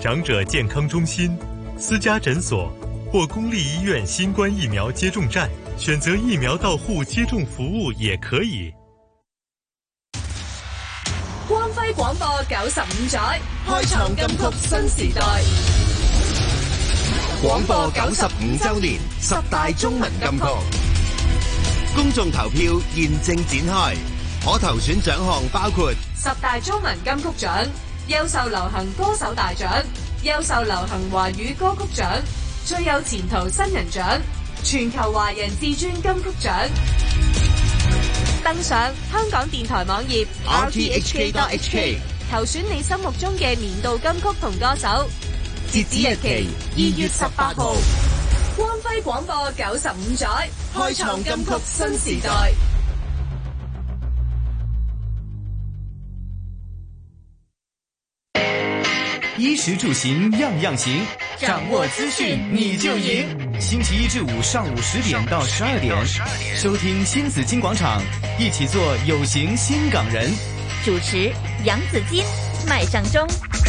长者健康中心、私家诊所或公立医院新冠疫苗接种站，选择疫苗到户接種服務也可以。 光輝廣播95載，開創金曲新時代。 廣播95週年10大中文金曲，公眾投票現正展開，可投選獎項包括 10大中文金曲獎、優秀流行歌手大獎、優秀流行華語歌曲獎、最有前途新人獎、全球華人至尊金曲獎。登上香港電台網頁 rthk.hk， 投選你心目中嘅年度金曲同歌手。截止日期2月18號。光輝廣播95載，開創金曲新時代。 衣食住行樣樣行，掌握資訊你就贏。星期一至五上午10點到12點，收聽新紫荊廣場，一起做有型新港人。 主持楊子矜、麥尚中。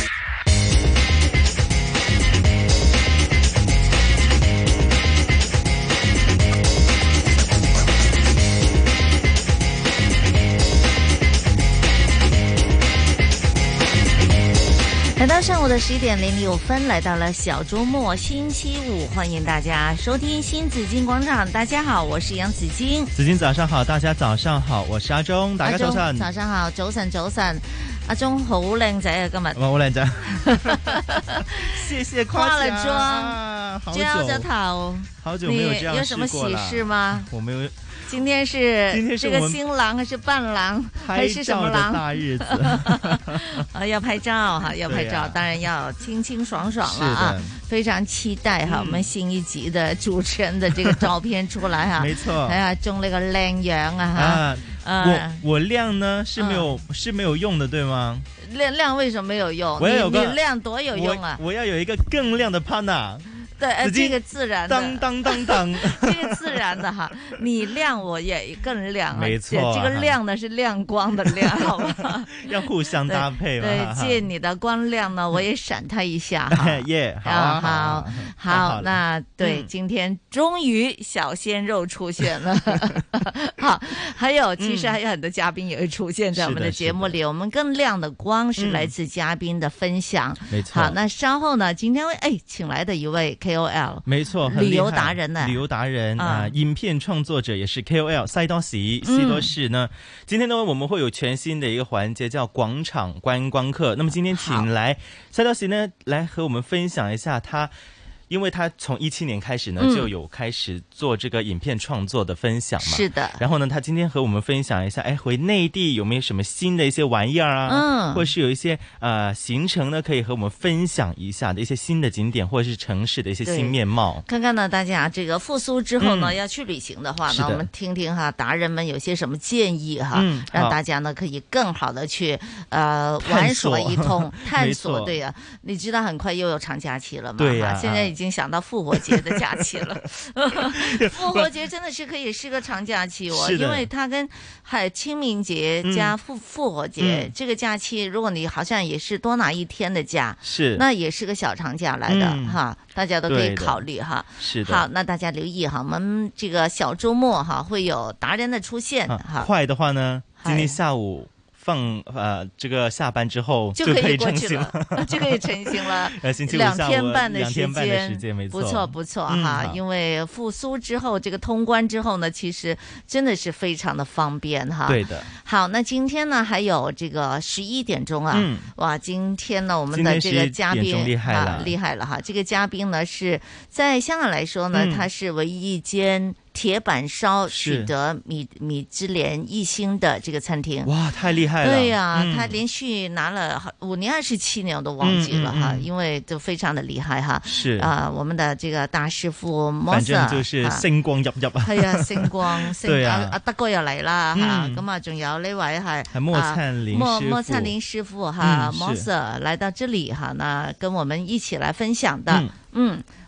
来到上午的11點06分，來到了小周末星期五，歡迎大家收聽新紫荊廣場。大家好，我是楊子矜。 子矜早上好，大家早上好，我是阿中，大家早晨。 早上好，早晨早晨。阿中好靚仔啊，今日。 我好靚仔。謝謝誇獎。 化了妝，撅着頭。 好久沒有這樣試過了。你有什麼喜事嗎？我沒有。 今天是這個新郎還是伴郎還是什麼郎？ 大日子要拍照哈，要拍照，當然要清清爽爽了啊！非常期待哈，我們新一集的主持人的這個照片出來哈。 沒錯， 哎呀，中那個靚樣啊哈！ 我亮呢是沒有用的，對嗎？ 亮為什麼沒有用？你亮多有用啊！ 我要有一個更亮的 partner。 對，這個自然的， 當， 這個自然的哈，你亮我也更亮， 沒錯， 這個亮呢是亮光的亮，好吧？ 要互相搭配嘛。 對，借你的光亮呢，我也閃他一下哈。 耶， 好，那對，今天終於小鮮肉出現了，好，還有其實還有很多嘉賓也會出現在我們的節目裏，我們更亮的光是來自嘉賓的分享， 沒錯。 好，那稍後呢，今天請來的一位KOL， 沒錯， 旅遊達人呢， 旅遊達人啊，影片創作者也是 KOL 西多士呢。今天呢，我們會有全新的一個環節叫廣場觀光客。那麼今天請來西多士呢，來和我們分享一下他。因為他從17年開始呢，就有開始做這個影片創作的分享嘛。 是的。 然後呢，他今天和我們分享一下，回內地有沒有什麼新的一些玩意兒啊？或者是有一些行程呢，可以和我們分享一下的一些新的景點，或者是城市的一些新面貌。 看看呢，大家這個復甦之後呢，要去旅行的話呢，我們聽聽哈達人們有些什麼建議哈，讓大家呢可以更好的去玩耍一通，探索。對呀，你知道很快又有長假期了嘛？ 對呀， 現在已經想到復活節的假期了。復活節真的是可以是個長假期哦，因為它跟清明節加復活節這個假期，如果你好像也是多拿一天的假， 是， 那也是個小長假來的哈，大家都可以考慮哈。 是的。 好，那大家留意哈，我們這個小周末哈會有達人的出現哈。 快的話呢，今天下午這個下班之後就可以成行了， 就可以成行了。 星期五下午 2天半的時間，沒錯， 不錯不錯哈。因為復甦之後，這個通關之後呢，其實真的是非常的方便哈。 對的。 好，那今天呢還有這個11點鐘啊，哇，今天呢我們的這個嘉賓厲害了哈。這個嘉賓呢是在香港來說呢，它是唯一一間鐵板燒取得米芝蓮1星的這個餐廳。 哇，太厲害了！ 對呀，他連續拿了5年27年我都忘記了哈，因為就非常的厲害哈。 是啊，我們的這個大師傅 Mosa， 反正就是星光熠熠啊。 係啊，星光，阿德哥又嚟啦哈，咁啊，仲有呢位係莫燦林師傅哈，Mosa 來到這裡哈，那跟我們一起來分享的，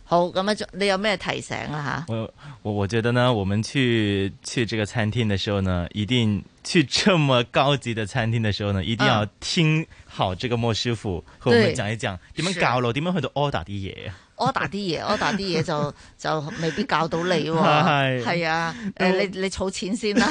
好，咁啊，你有咩提醒啊？ 我觉得呢，我们去这个餐厅的时候呢，一定去这么高級的餐厅的时候呢，一定要听好这个莫師傅和我們講一講點樣教路，點樣去到 order 啲嘢。 order 啲嘢就未必教到你喎。係啊，你儲錢先啦。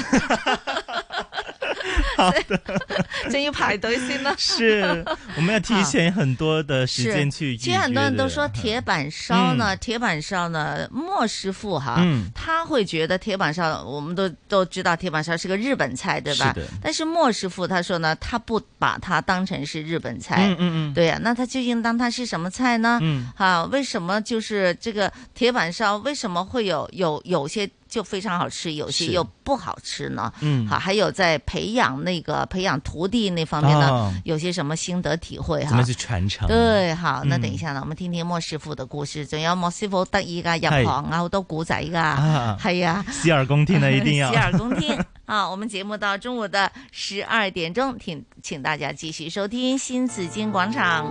好的， 真要排隊先啦。 是，我們要提前很多的時間去預約。 其實很多人都說鐵板燒呢，莫師傅他會覺得鐵板燒，我們都知道鐵板燒是個日本菜，對吧？是的。但是莫師傅他說呢，他不把它當成是日本菜。對啊，那他究竟當它是什麼菜呢？為什麼就是這個鐵板燒為什麼會有些就非常好吃，有些又不好吃呢？好，還有在培養徒弟那方面呢，有些什麼心得體會哈？ 怎麼去傳承？ 對，好，那等一下呢，我們聽聽莫師傅的故事。仲有莫師傅得意噶，入行啊，好多古仔噶，係啊， 洗耳恭聽呢，一定要洗耳恭聽啊！我們節目到中午的12點鐘，請大家繼續收聽新紫荊廣場。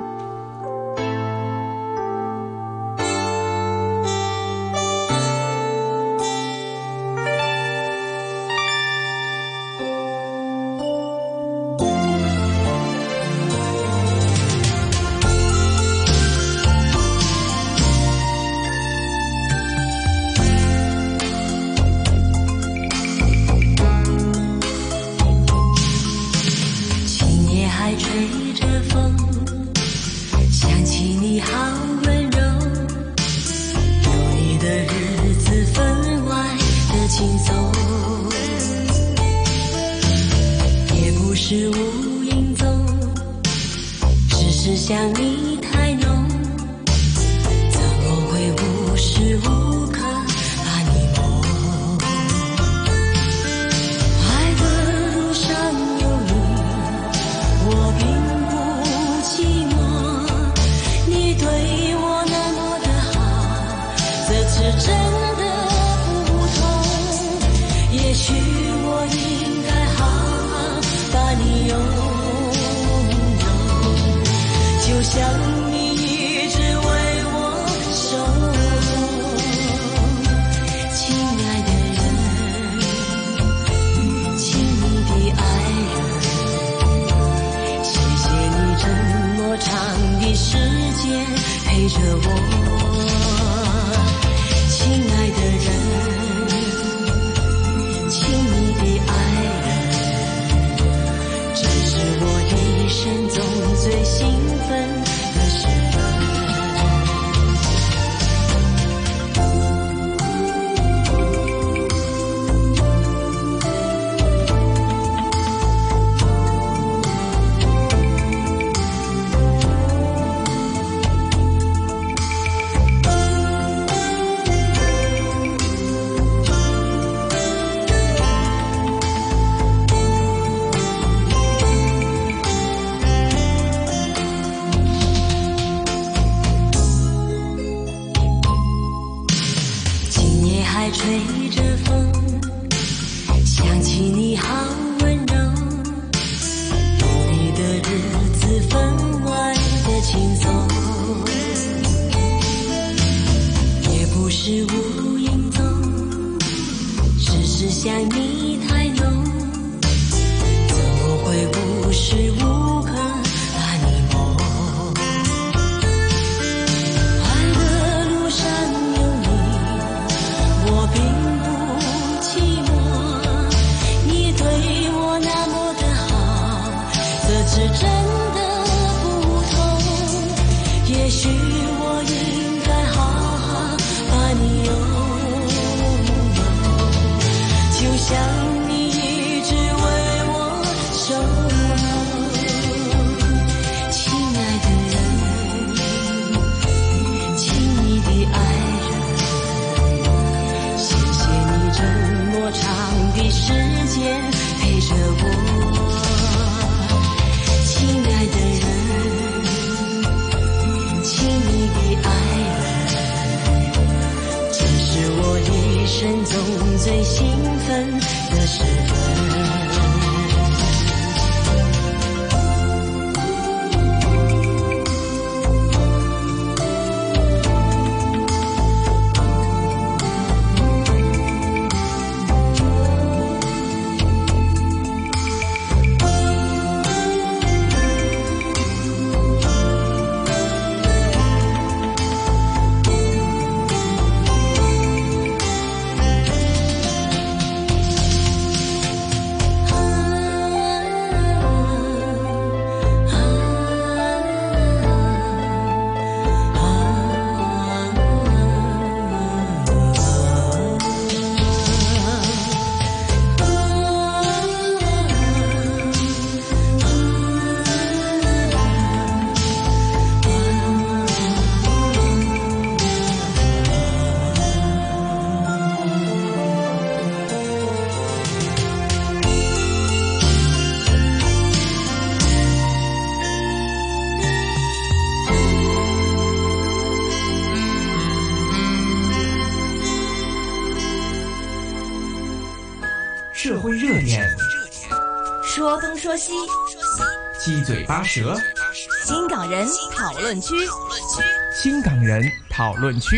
社会热点， 说东说西， 七嘴八舌， 新港人讨论区。 新港人讨论区。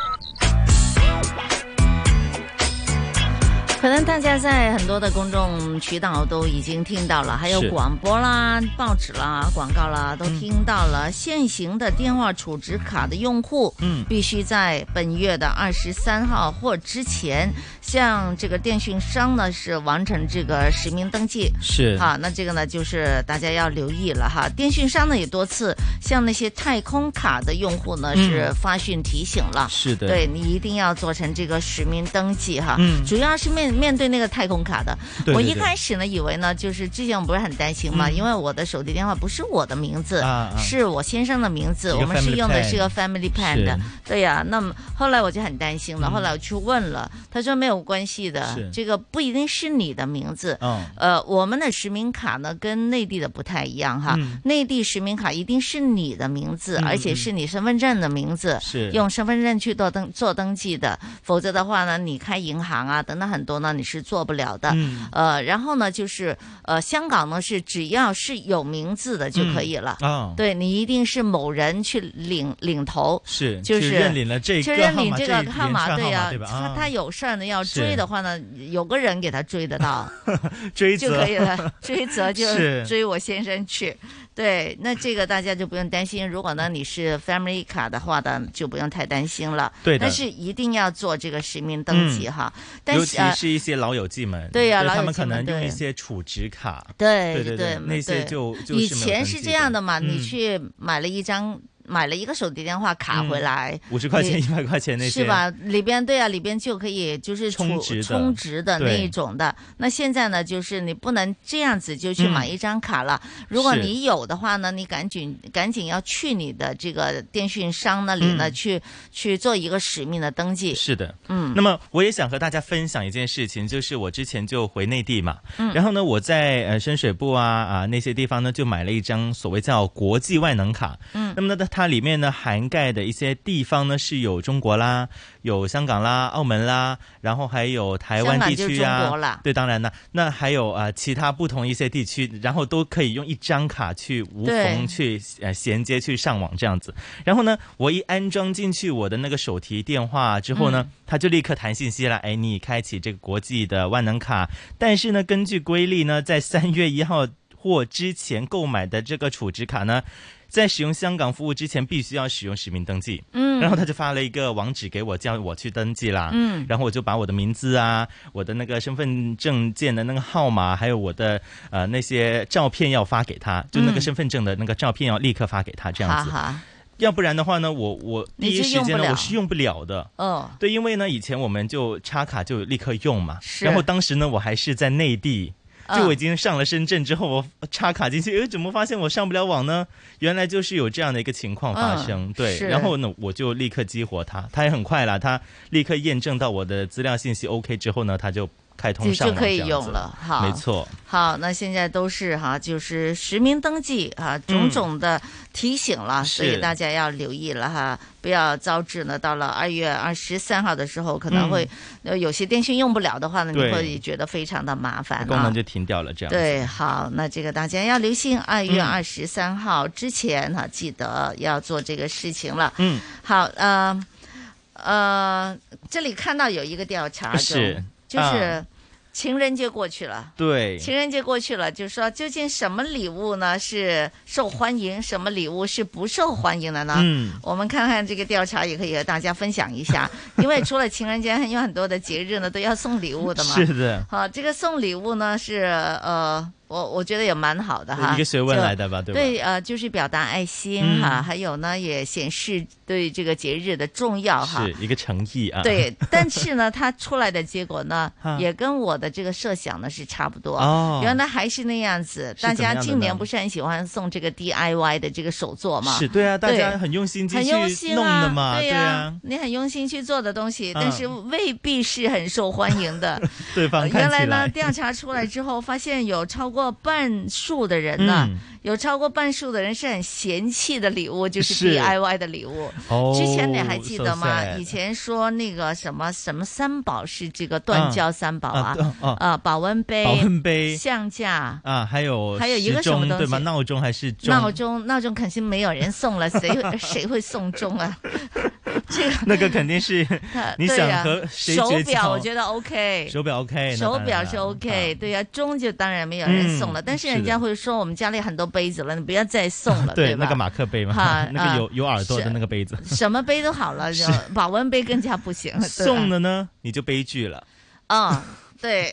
可能大家在很多的公众渠道都已经听到了，还有广播啦、报纸啦、广告啦，都听到了。现行的电话储值卡的用户，必须在本月的23号或之前，向这个电讯商呢是完成这个实名登记。 是好，那这个呢就是大家要留意了哈。电讯商呢也多次向那些太空卡的用户呢是发讯提醒了。 是的， 对你一定要做成这个实名登记哈。主要是面对那个太空卡的， 对我一开始呢以为呢，就是之前我不是很担心嘛，因为我的手提电话不是我的名字，是我先生的名字，我们是用的是个 family plan 的，对呀。那么后来我就很担心了，后来我去问了，他说没有关系的，这个不一定是你的名字。我们的实名卡呢跟内地的不太一样哈，内地实名卡一定是你的名字，而且是你身份证的名字，用身份证去做登记的，否则的话呢，你开银行啊等等很多呢你是做不了的。然后呢就是香港呢是只要是有名字的就可以了。对，你一定是某人去领头，就是认领了这个号码，对呀，他有事儿呢要追的话呢，有个人给他追得到， 追就可以了。追责就追我先生去。对，那这个大家就不用担心。如果呢你是 family 卡的话呢，就不用太担心了。 对的， 但是一定要做这个实名登记哈。 尤其是一些老友记们， 对呀， 他们可能用一些储值卡， 对， 那些就以前是这样的嘛，你去买了一个手提电话卡回来 ，50块钱、100块钱那些， 是吧？里边就可以就是充值的那一种的。那现在呢，就是你不能这样子就去买一张卡了。如果你有的话呢，你赶紧要去你的这个电讯商那里呢，去做一个实名的登记。 是的，那么我也想和大家分享一件事情，就是我之前就回内地嘛，然后呢，我在深水埗那些地方呢，就买了一张所谓叫国际万能卡。那么呢，它里面呢涵盖的一些地方呢是有中国啦，有香港啦、澳门啦，然后还有台湾地区啊，对，当然了，那还有其他不同一些地区，然后都可以用一张卡去无缝去衔接去上网这样子。然后呢，我一安装进去我的那个手提电话之后呢，它就立刻弹信息了，你开启这个国际的万能卡，但是呢，根据规例呢，在3月1号或之前购买的这个储值卡呢，在使用香港服务之前必须要使用实名登记。然后他就发了一个网址给我，叫我去登记啦。然后我就把我的名字啊，我的那个身份证件的那个号码，还有我的那些照片要发给他，就那个身份证的那个照片要立刻发给他，这样子。要不然的话呢，我第一时间呢我是用不了的。对，因为呢以前我们就插卡就立刻用嘛，然后当时呢我还是在内地。就我已经上了深圳之后，我插卡进去，怎么发现我上不了网呢？原来就是有这样的一个情况发生，对。然后呢，我就立刻激活它也很快了，它立刻验证到我的资料信息 OK 之后呢，它就开通上网， 就可以用了。好， 没错。 好，那现在都是就是实名登记种种的提醒了，所以大家要留意了哈，不要招致呢到了2月23号的时候，可能会有些电信用不了的话呢，你会觉得非常的麻烦， 功能就停掉了这样子。 对，好，那这个大家要留心，2月23号之前记得要做这个事情了。好，这里看到有一个调查就是情人节过去了， 对， 情人节过去了，就是说究竟什么礼物呢是受欢迎，什么礼物是不受欢迎的呢？我们看看这个调查也可以和大家分享一下，因为除了情人节，还有很多的节日呢都要送礼物的嘛。 是的。好， 这个送礼物呢是我觉得也蛮好的哈， 一个学问来的吧，对吧？ 对，就是表达爱心哈，还有呢也显示对这个节日的重要哈， 是一个诚意啊。 对，但是呢，它出来的结果呢，也跟我的这个设想呢是差不多。原来还是那样子，大家近年不是很喜欢送这个 DIY 的这个手作嘛？ 是，对啊，大家很用心去弄的嘛，对呀， 你很用心去做的东西，但是未必是很受欢迎的。 对方看起来， 原来呢，调查出来之后，发现有超过过半数的人呢，有超过半数的人是很嫌弃的礼物，就是 DIY 的礼物。之前你还记得吗？以前说那个什么三宝是这个断交三宝保温杯、相架啊，还有一个什么东西对吗？闹钟还是闹钟肯定没有人送了，谁会送钟啊？这个那个肯定是你想和谁手表我觉得 OK， 手表 OK， 手表是 OK， 对呀，钟就当然没有人送了，但是人家会说我们家里很多杯子了，你不要再送了，对吧？ 那个马克杯嘛，那个有耳朵的那个杯子， 什么杯都好了，保温杯更加不行了。 送的呢，你就悲劇啦。 對，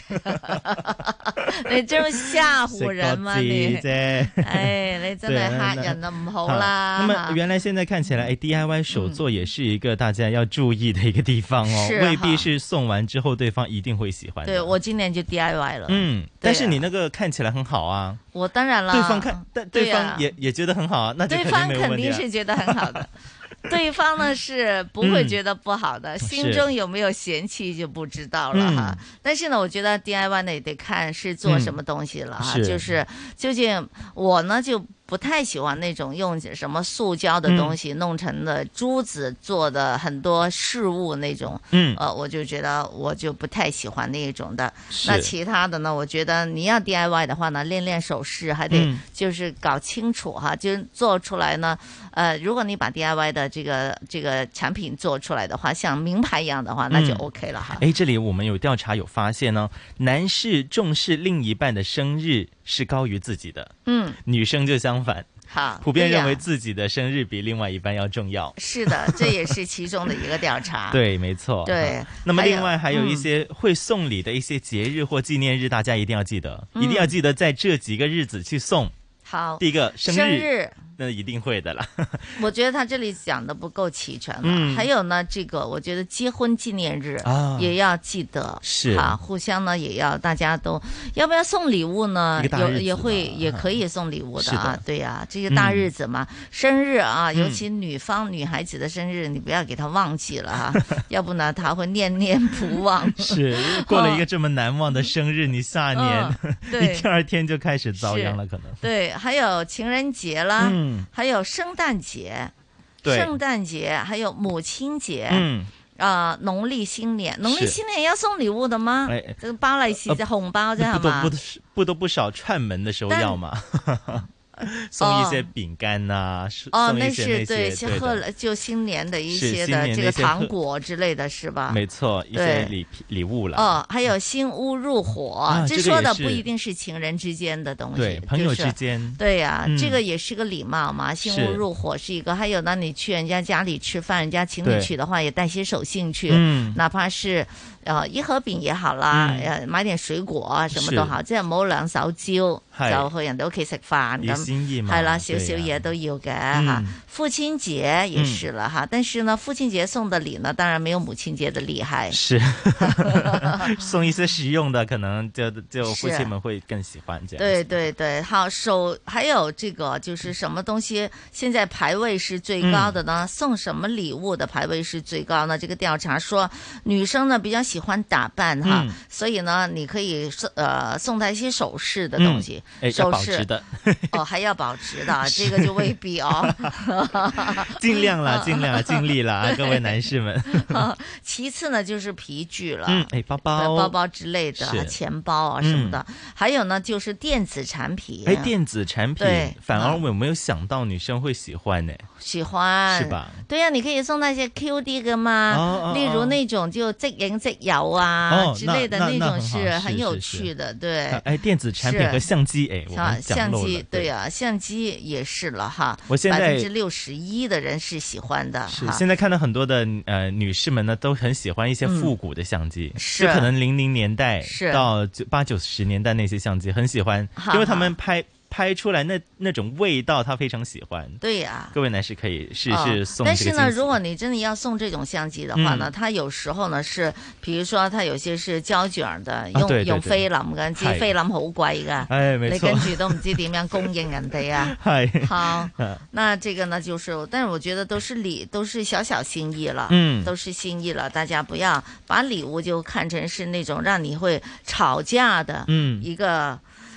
你這麼嚇唬人嘛你？你真係嚇人啊，唔好啦。 那麼原來現在看起來，DIY 手作也是一個大家要注意的一個地方哦，未必是送完之後對方一定會喜歡的。 對，我今年就 DIY 了。 但是你那個看起來很好啊。 我當然啦。 對方也覺得很好啊，那就肯定沒有問題啊。 對方肯定是覺得很好的。對方呢是不會覺得不好的，心中有沒有嫌棄就不知道了哈。但是呢，我覺得 DIY 呢也得看是做什麼東西了哈，就是究竟我呢就不太喜歡那種用什麼塑膠的東西弄成的珠子做的很多飾物那種，我就覺得我就不太喜歡那種的。那其他的呢，我覺得你要 DIY 的話呢，練練手勢，還得就是搞清楚哈，就做出來呢，如果你把 DIY 的這個產品做出來的話，像名牌一樣的話，那就 OK 了哈。 這裡我們有調查有發現呢，男士重視另一半的生日是高於自己的，女生就相反，普遍認為自己的生日比另外一半要重要。 是的，這也是其中的一個調查。 對，沒錯。 對， 那麼另外還有一些會送禮的一些節日或紀念日，大家一定要記得，一定要記得在這幾個日子去送。 好， 第一個生日。那一定會的啦。 我覺得他這裡講的不夠齊全了。還有呢，這個我覺得結婚紀念日也要記得， 是互相呢也要大家都要不要送禮物呢？也可以送禮物的啊，對呀，這個大日子嘛，生日啊，尤其女孩子的生日，你不要給她忘記了哈，要不呢她會念念不忘。 是，過了一個這麼難忘的生日，你下年你第二天就開始遭殃了，可能。 對，還有情人節啦。還有聖誕節，還有母親節，農曆新年要送禮物的嗎？這個包利是紅包啫，係嘛？ 不都不少串門的時候要嘛？送一些餅乾啊， 那是對，喝了就新年的一些的這個糖果之類的是吧？ 沒錯，一些禮物啦。 還有新屋入伙，這說的不一定是情人之間的東西， 對，朋友之間。 對呀，這個也是個禮貌嘛。新屋入伙是一個，還有呢，你去人家家裡吃飯，人家請你去的話，也帶些手信去，哪怕是一盒餅也好啦，買點水果啊，什麼都好，即係唔好兩手招就去人哋屋企食飯咁。係啦，少少嘢都要嘅哈。父親節也是了哈，但是呢，父親節送的禮呢，當然沒有母親節的厲害。 是，送一些實用的，可能就父親們會更喜歡這樣。 對對對，好，還有這個就是什麼東西現在排位是最高的呢？送什麼禮物的排位是最高呢？這個調查說，女生呢比較喜歡打扮哈，所以呢，你可以送她一些首飾的東西， 首飾的還要保值的，這個就未必哦。 盡量啦，盡力啦，各位男士們。 其次呢，就是皮具了， 包包之類的，錢包啊什麼的。還有呢，就是電子產品。 電子產品，反而我沒有想到女生會喜歡呢。 喜歡，是吧？對呀，你可以送那些 QD 的嘛，例如那種就即影即有啊之類的那種是很有趣的，對。 電子產品和相機， 相機，對呀，相機也是了哈。 我現在 61%的人是喜歡的。 是，現在看到很多的女士們呢，都很喜歡一些復古的相機，就可能00年代到80-90年代那些相機，很喜歡，因為他們拍出來那種味道，他非常喜歡。 對呀， 各位男士可以試試送。 但是呢，如果你真的要送這種相機的話呢，它有時候呢是，比如說它有些是膠卷的，用菲林嘅，知菲林好貴噶，你跟住都唔知點樣供應人哋啊。係，好，那這個呢就是，但是我覺得都是小小心意了，都是心意了，大家不要把禮物就看成是那種讓你會吵架的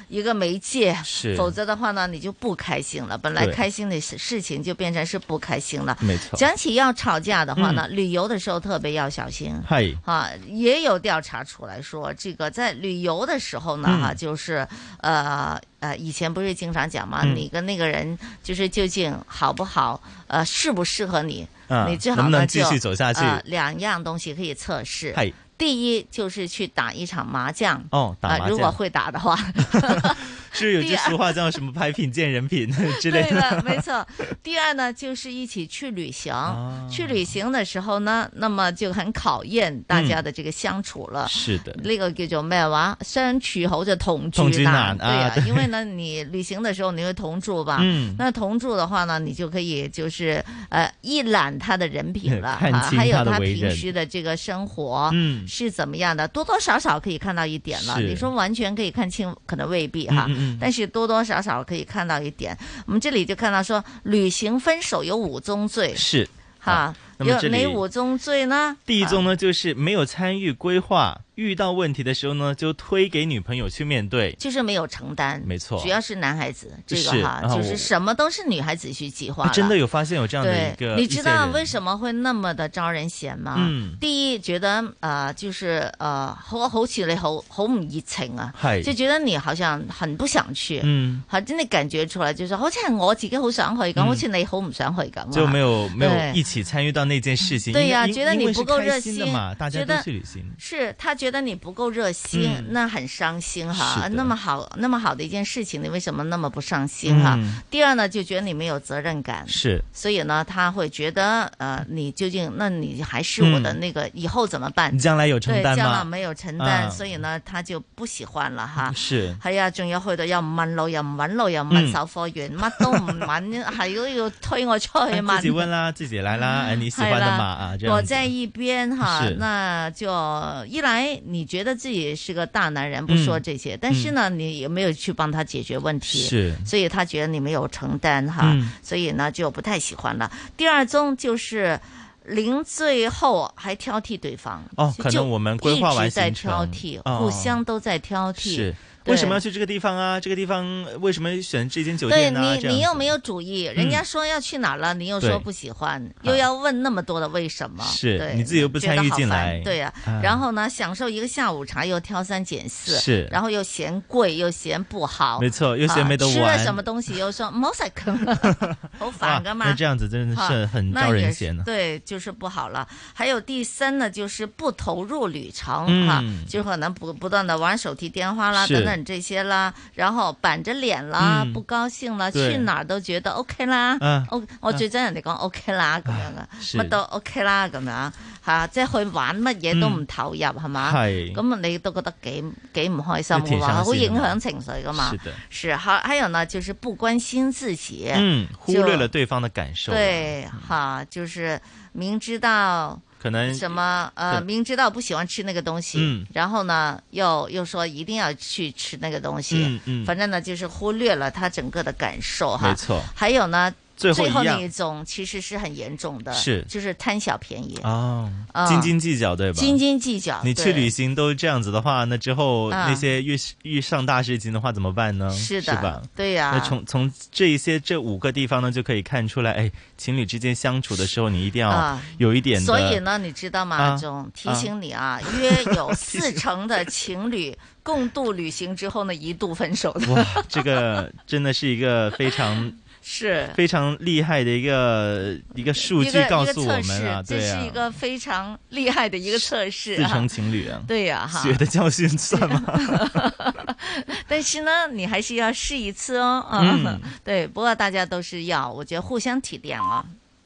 一个媒介， 是， 否则的话呢，你就不开心了。本来开心的事情就变成是不开心了。 没错。 讲起要吵架的话呢，旅游的时候特别要小心。也有调查出来说，这个在旅游的时候呢，就是以前不是经常讲嘛，你跟那个人就是究竟好不好，适不适合你，你最好呢能不能继续走下去 ？2样东西可以测试。第一就是去打一场麻将打麻将， 如果会打的话。 是有句俗话叫什么牌品见人品之类的。 对的，没错。第二呢，就是一起去旅行。去旅行的时候呢，那么就很考验大家的这个相处了。 是的， 那个叫做咩话？相处好就同居难。对啊，因为呢，你旅行的时候你会同住吧？那同住的话呢，你就可以就是一览他的人品了，还有他平时的这个生活是怎么样的，多多少少可以看到一点了。你说完全可以看清，可能未必哈。但是多多少少可以看到一点。我们这里就看到说，旅行分手有5宗罪。 是哈，有哪5宗罪呢？ 第一宗呢，就是没有参与规划。遇到问题的时候呢，就推给女朋友去面对， 就是没有承担。 没错， 主要是男孩子这个哈，就是什么都是女孩子去计划了。 真的有发现有这样的一个， 你知道为什么会那么的招人嫌吗？第一，觉得就是好似你好唔熱情啊，就覺得你好像很不想去，好真的感覺出來，就是好似係我自己好想去咁，好似你好唔想去咁， 就沒有一起參與到那件事情。 對呀，覺得你不夠熱心嘛，大家都去旅行， 是他覺得你不夠熱心，那很傷心哈。那麼好的一件事情，你為什麼那麼不上心哈？第二呢，就覺得你沒有責任感， 是， 所以呢，他會覺得你究竟，那你還是我的那個，以後怎麼辦？ 你將來有承擔嗎？ 對，將來沒有承擔，所以呢，他就不喜歡了哈。 是， 係啊，仲有去到又唔問路，又唔揾路，又唔問售貨員，乜都唔揾，係都要推我出去問。 自己問啦，自己來啦，你喜歡的嘛啊，這樣。 我在一邊哈，那就一來你覺得自己是個大男人，不說這些，但是呢，你有沒有去幫他解決問題？ 是， 所以他覺得你沒有承擔哈，所以呢就不太喜歡了。第二宗就是臨最後還挑剔對方， 可能我們規劃完行程， 一直在挑剔，互相都在挑剔。 是。為什麼要去這個地方啊？這個地方為什麼選這間酒店呢？ 對，你又沒有主意，人家說要去哪了，你又說不喜歡，又要問那麼多的為什麼？ 是，你自己又不參與進來。 對呀，然後呢，享受一個下午茶又挑三揀四， 是， 然後又嫌貴又嫌不好， 沒錯，又嫌沒得玩。 吃了什麼東西又說唔好食咁，好煩噶嘛。 那這樣子真的是很招人嫌呢。 對，就是不好了。還有第三呢，就是不投入旅程哈，就可能不斷的玩手提電話啦，等等這些啦，然後板着臉啦，不高興啦，去哪兒都覺得 OK 啦，我最憎人哋講 OK 啦咁樣嘅，乜都 OK 啦咁樣吓，即係去玩乜嘢都唔投入係嘛，咁你都覺得幾唔開心嘅話，好影響情緒噶嘛。是，還有呢，就是不關心自己， 忽略了對方的感受。 對，哈，就是明知道。 可能什麼明知道不喜歡吃那個東西，然後呢又說一定要去吃那個東西，反正呢就是忽略了他整個的感受哈。 沒錯， 還有呢最後那一種其實是很嚴重的，就是貪小便宜斤斤計較，對吧？ 斤斤計較， 你去旅行都這樣子的話，那之後那些遇上大事情的話怎麼辦呢？ 是的， 是吧？ 對呀。 那從這5個地方呢，就可以看出來，哎，情侶之間相處的時候，你一定要有一點的。 所以呢，你知道嗎？總提醒你啊，約有40%的情侶共度旅行之後呢，一度分手的。 哇，這個真的是一個非常。 是非常厲害的一個數據告訴我們啊， 這是一個非常厲害的一個測試。 4成情侶啊， 對呀，哈， 血的教訓算嗎？ 但是呢，你還是要試一次哦。對，不過大家都是要，我覺得互相體諒啊。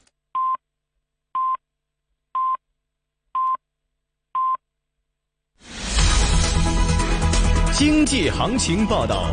經濟行情報道。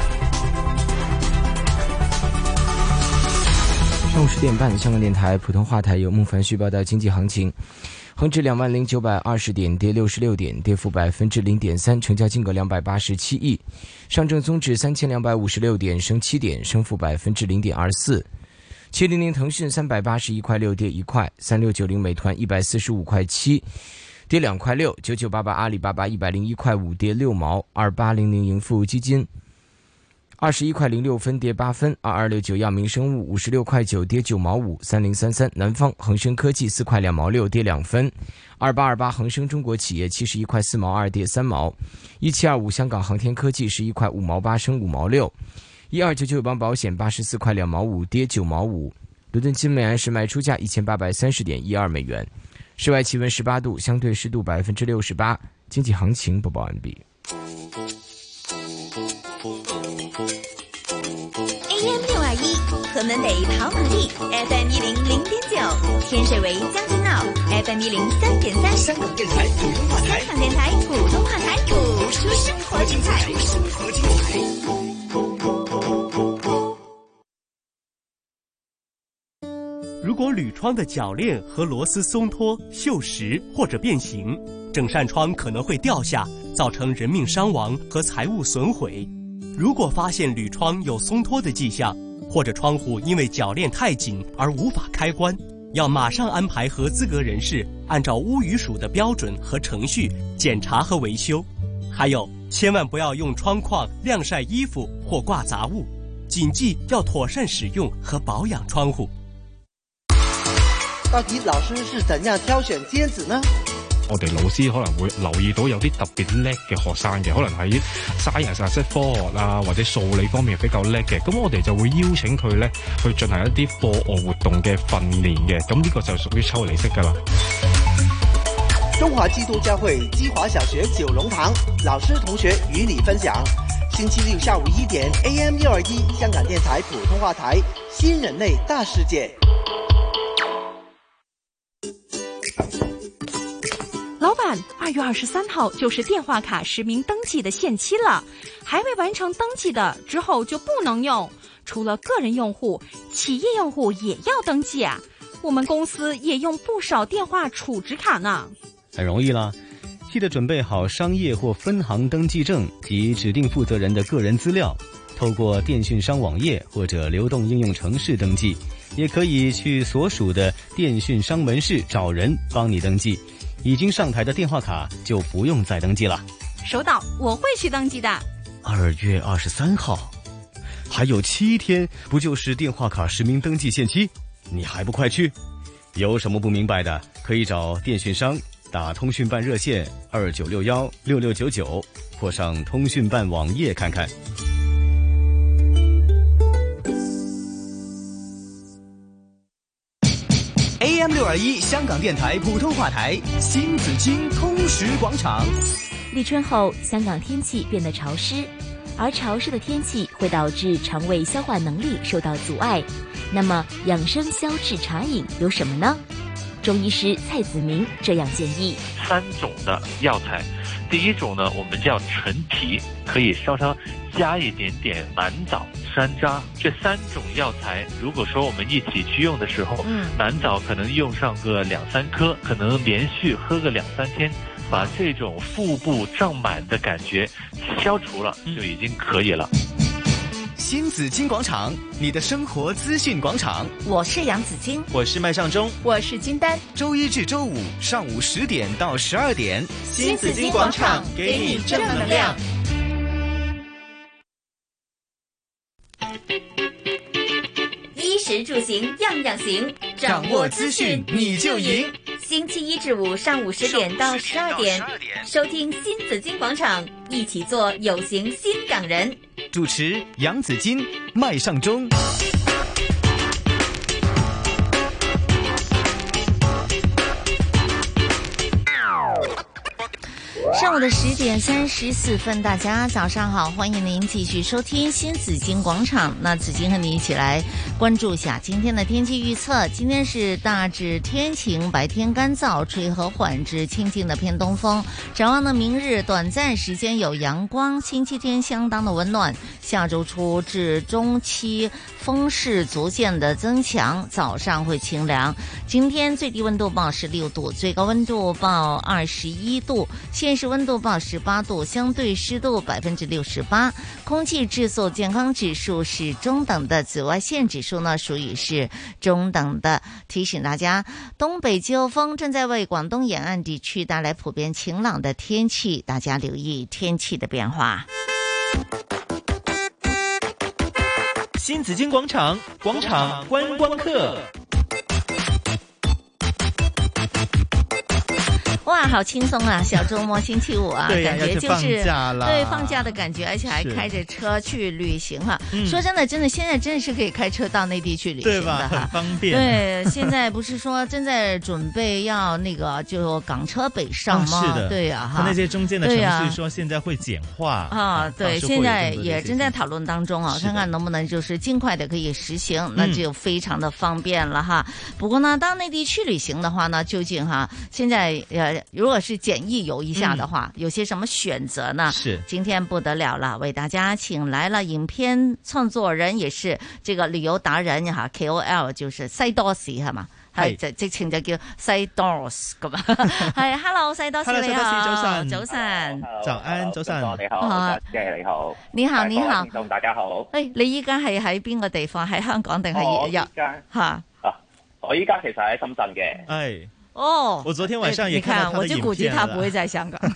上午10點半，香港電台普通話台由孟凡旭報道經濟行情。恒指20,920點，跌66點，跌幅0.3%，成交金額287億。上證綜指3256點，升7點，升幅0.24%。700騰訊381塊6，跌1塊。3690美團145塊7，跌2塊6。9988阿里巴巴101塊5，跌6毛。2800盈富基金 21块06分跌8分，2269药明生物56块9跌9毛5，3033南方恒生科技4块2毛6跌2分，2828恒生中国企业71块4毛2跌3毛，1725香港航天科技11块5毛8升5毛6，1299友邦保险84块2毛5跌9毛5。伦敦金每安士卖出价1830.12美元。室外气温18度，相对湿度68%。经济行情播报完毕。 AM621河门北跑马地 FM 100.9，天水围将军澳 FM 103.3， 香港电台普通话台， 香港电台普通话台，谱出生活精彩。 如果铝窗的铰链和螺丝松脱、锈蚀或者变形，整扇窗可能会掉下，造成人命伤亡和财物损毁。如果发现铝窗有松脱的迹象，或者窗户因为铰链太紧而无法开关，要马上安排合资格人士按照屋宇署的标准和程序检查和维修。还有，千万不要用窗框晾晒衣服或挂杂物，谨记要妥善使用和保养窗户。 到底老師是怎樣挑選尖子呢？ 我哋老師可能會留意到有啲特別叻嘅學生嘅，可能喺 science 即係科學啊或者數理方面比較叻嘅，咁我哋就會邀請佢咧去進行一啲課外活動嘅訓練嘅，咁呢個就屬於抽離式㗎啦。 中華基督教會基華小學九龍塘老師同學與你分享，星期六下午1點 AM621香港電台普通話台新人類大世界。 老板，2月23號就是電話卡實名登記的限期了，還未完成登記的之後就不能用。除了個人用戶，企業用戶也要登記啊。我們公司也用不少電話儲值卡呢。 很容易啦，記得準備好商業或分行登記證及指定負責人的個人資料，透過電訊商網頁或者流動應用程式登記，也可以去所屬的電訊商門市找人幫你登記。已經上台的電話卡就不用再登記了。 收到，我會去登記的。 2月23號，還有7天，不就是電話卡實名登記限期？你還不快去？有什麼不明白的，可以找電訊商，打通訊辦熱線29616699，或上通訊辦網頁看看。 AM621香港電台普通話台新紫荊通識廣場。 立春後，香港天氣變得潮濕，而潮濕的天氣會導致腸胃消化能力受到阻礙。那麼養生消滯茶飲有什麼呢？中醫師蔡子明這樣建議：3 種的藥材，第一種呢，我們叫陳皮，可以稍稍加一點點藍棗、山楂。這3種藥材，如果說我們一起去用的時候，藍棗可能用上個2-3顆，可能連續喝個2-3天，把這種腹部脹滿的感覺消除了，就已經可以了。 新紫荊廣場，你的生活資訊廣場。 我是楊子矜， 我是麥尚中， 我是金丹。 周一至周五上午10點到12點， 新紫荊廣場給你正能量。衣食住行樣樣行， 掌握資訊你就贏。 星期1至5上午10點到12點，收聽新紫荊廣場，一起做有型新港人。 主持楊子矜、麥尚中。 上午的10點34分，大家早上好，歡迎您繼續收聽新紫荊廣場。那紫荊和你一起來關注一下今天的天氣預測。今天是大致天晴，白天乾燥，吹和緩至清勁的偏東風。展望呢，明日短暫時間有陽光，星期天相當的溫暖。下周初至中期風勢逐漸的增強，早上會清涼。今天最低溫度報16度，最高溫度報21度，現時溫度報18度，相對濕度68%，空氣質素健康指數是中等的，紫外線指數呢屬於是中等的。提醒大家，東北季候風正在為廣東沿岸地區帶來普遍晴朗的天氣，大家留意天氣的變化。 新紫荊廣場觀光客。 哇，好輕鬆啊！小周末星期五啊， 對感覺就是對放假的感覺，而且還開着車去旅行哈。說真的，現在真的是可以開車到內地去旅行的， 對吧？很方便。 對，現在不是說正在準備要那個就港車北上嗎？ 是的， 對呀，哈。 那些中間的程序說現在會簡化啊，對，現在也正在討論當中啊，看看能不能就是盡快的可以實行，那就非常的方便了哈。不過呢，到內地去旅行的話呢，究竟哈，現在如果是簡易遊一下的話，有些什麼選擇呢？ 是， 今天不得了了，為大家請來了影片創作人，也是這個旅遊達人哈 KOL， 就是西多士係嘛？係直情就叫西多士咁啊！係 ，Hello 西多士你好， 早晨， 早晨， 早安，早晨， 你好，姐你好， 你好，你好， 大家好。 誒，你依家係喺邊個地方？喺香港定係入嚇？ 我依家其實喺深圳嘅。 係。 哦， 我昨天晚上也看到他的影片了。我就估計他不會在香港。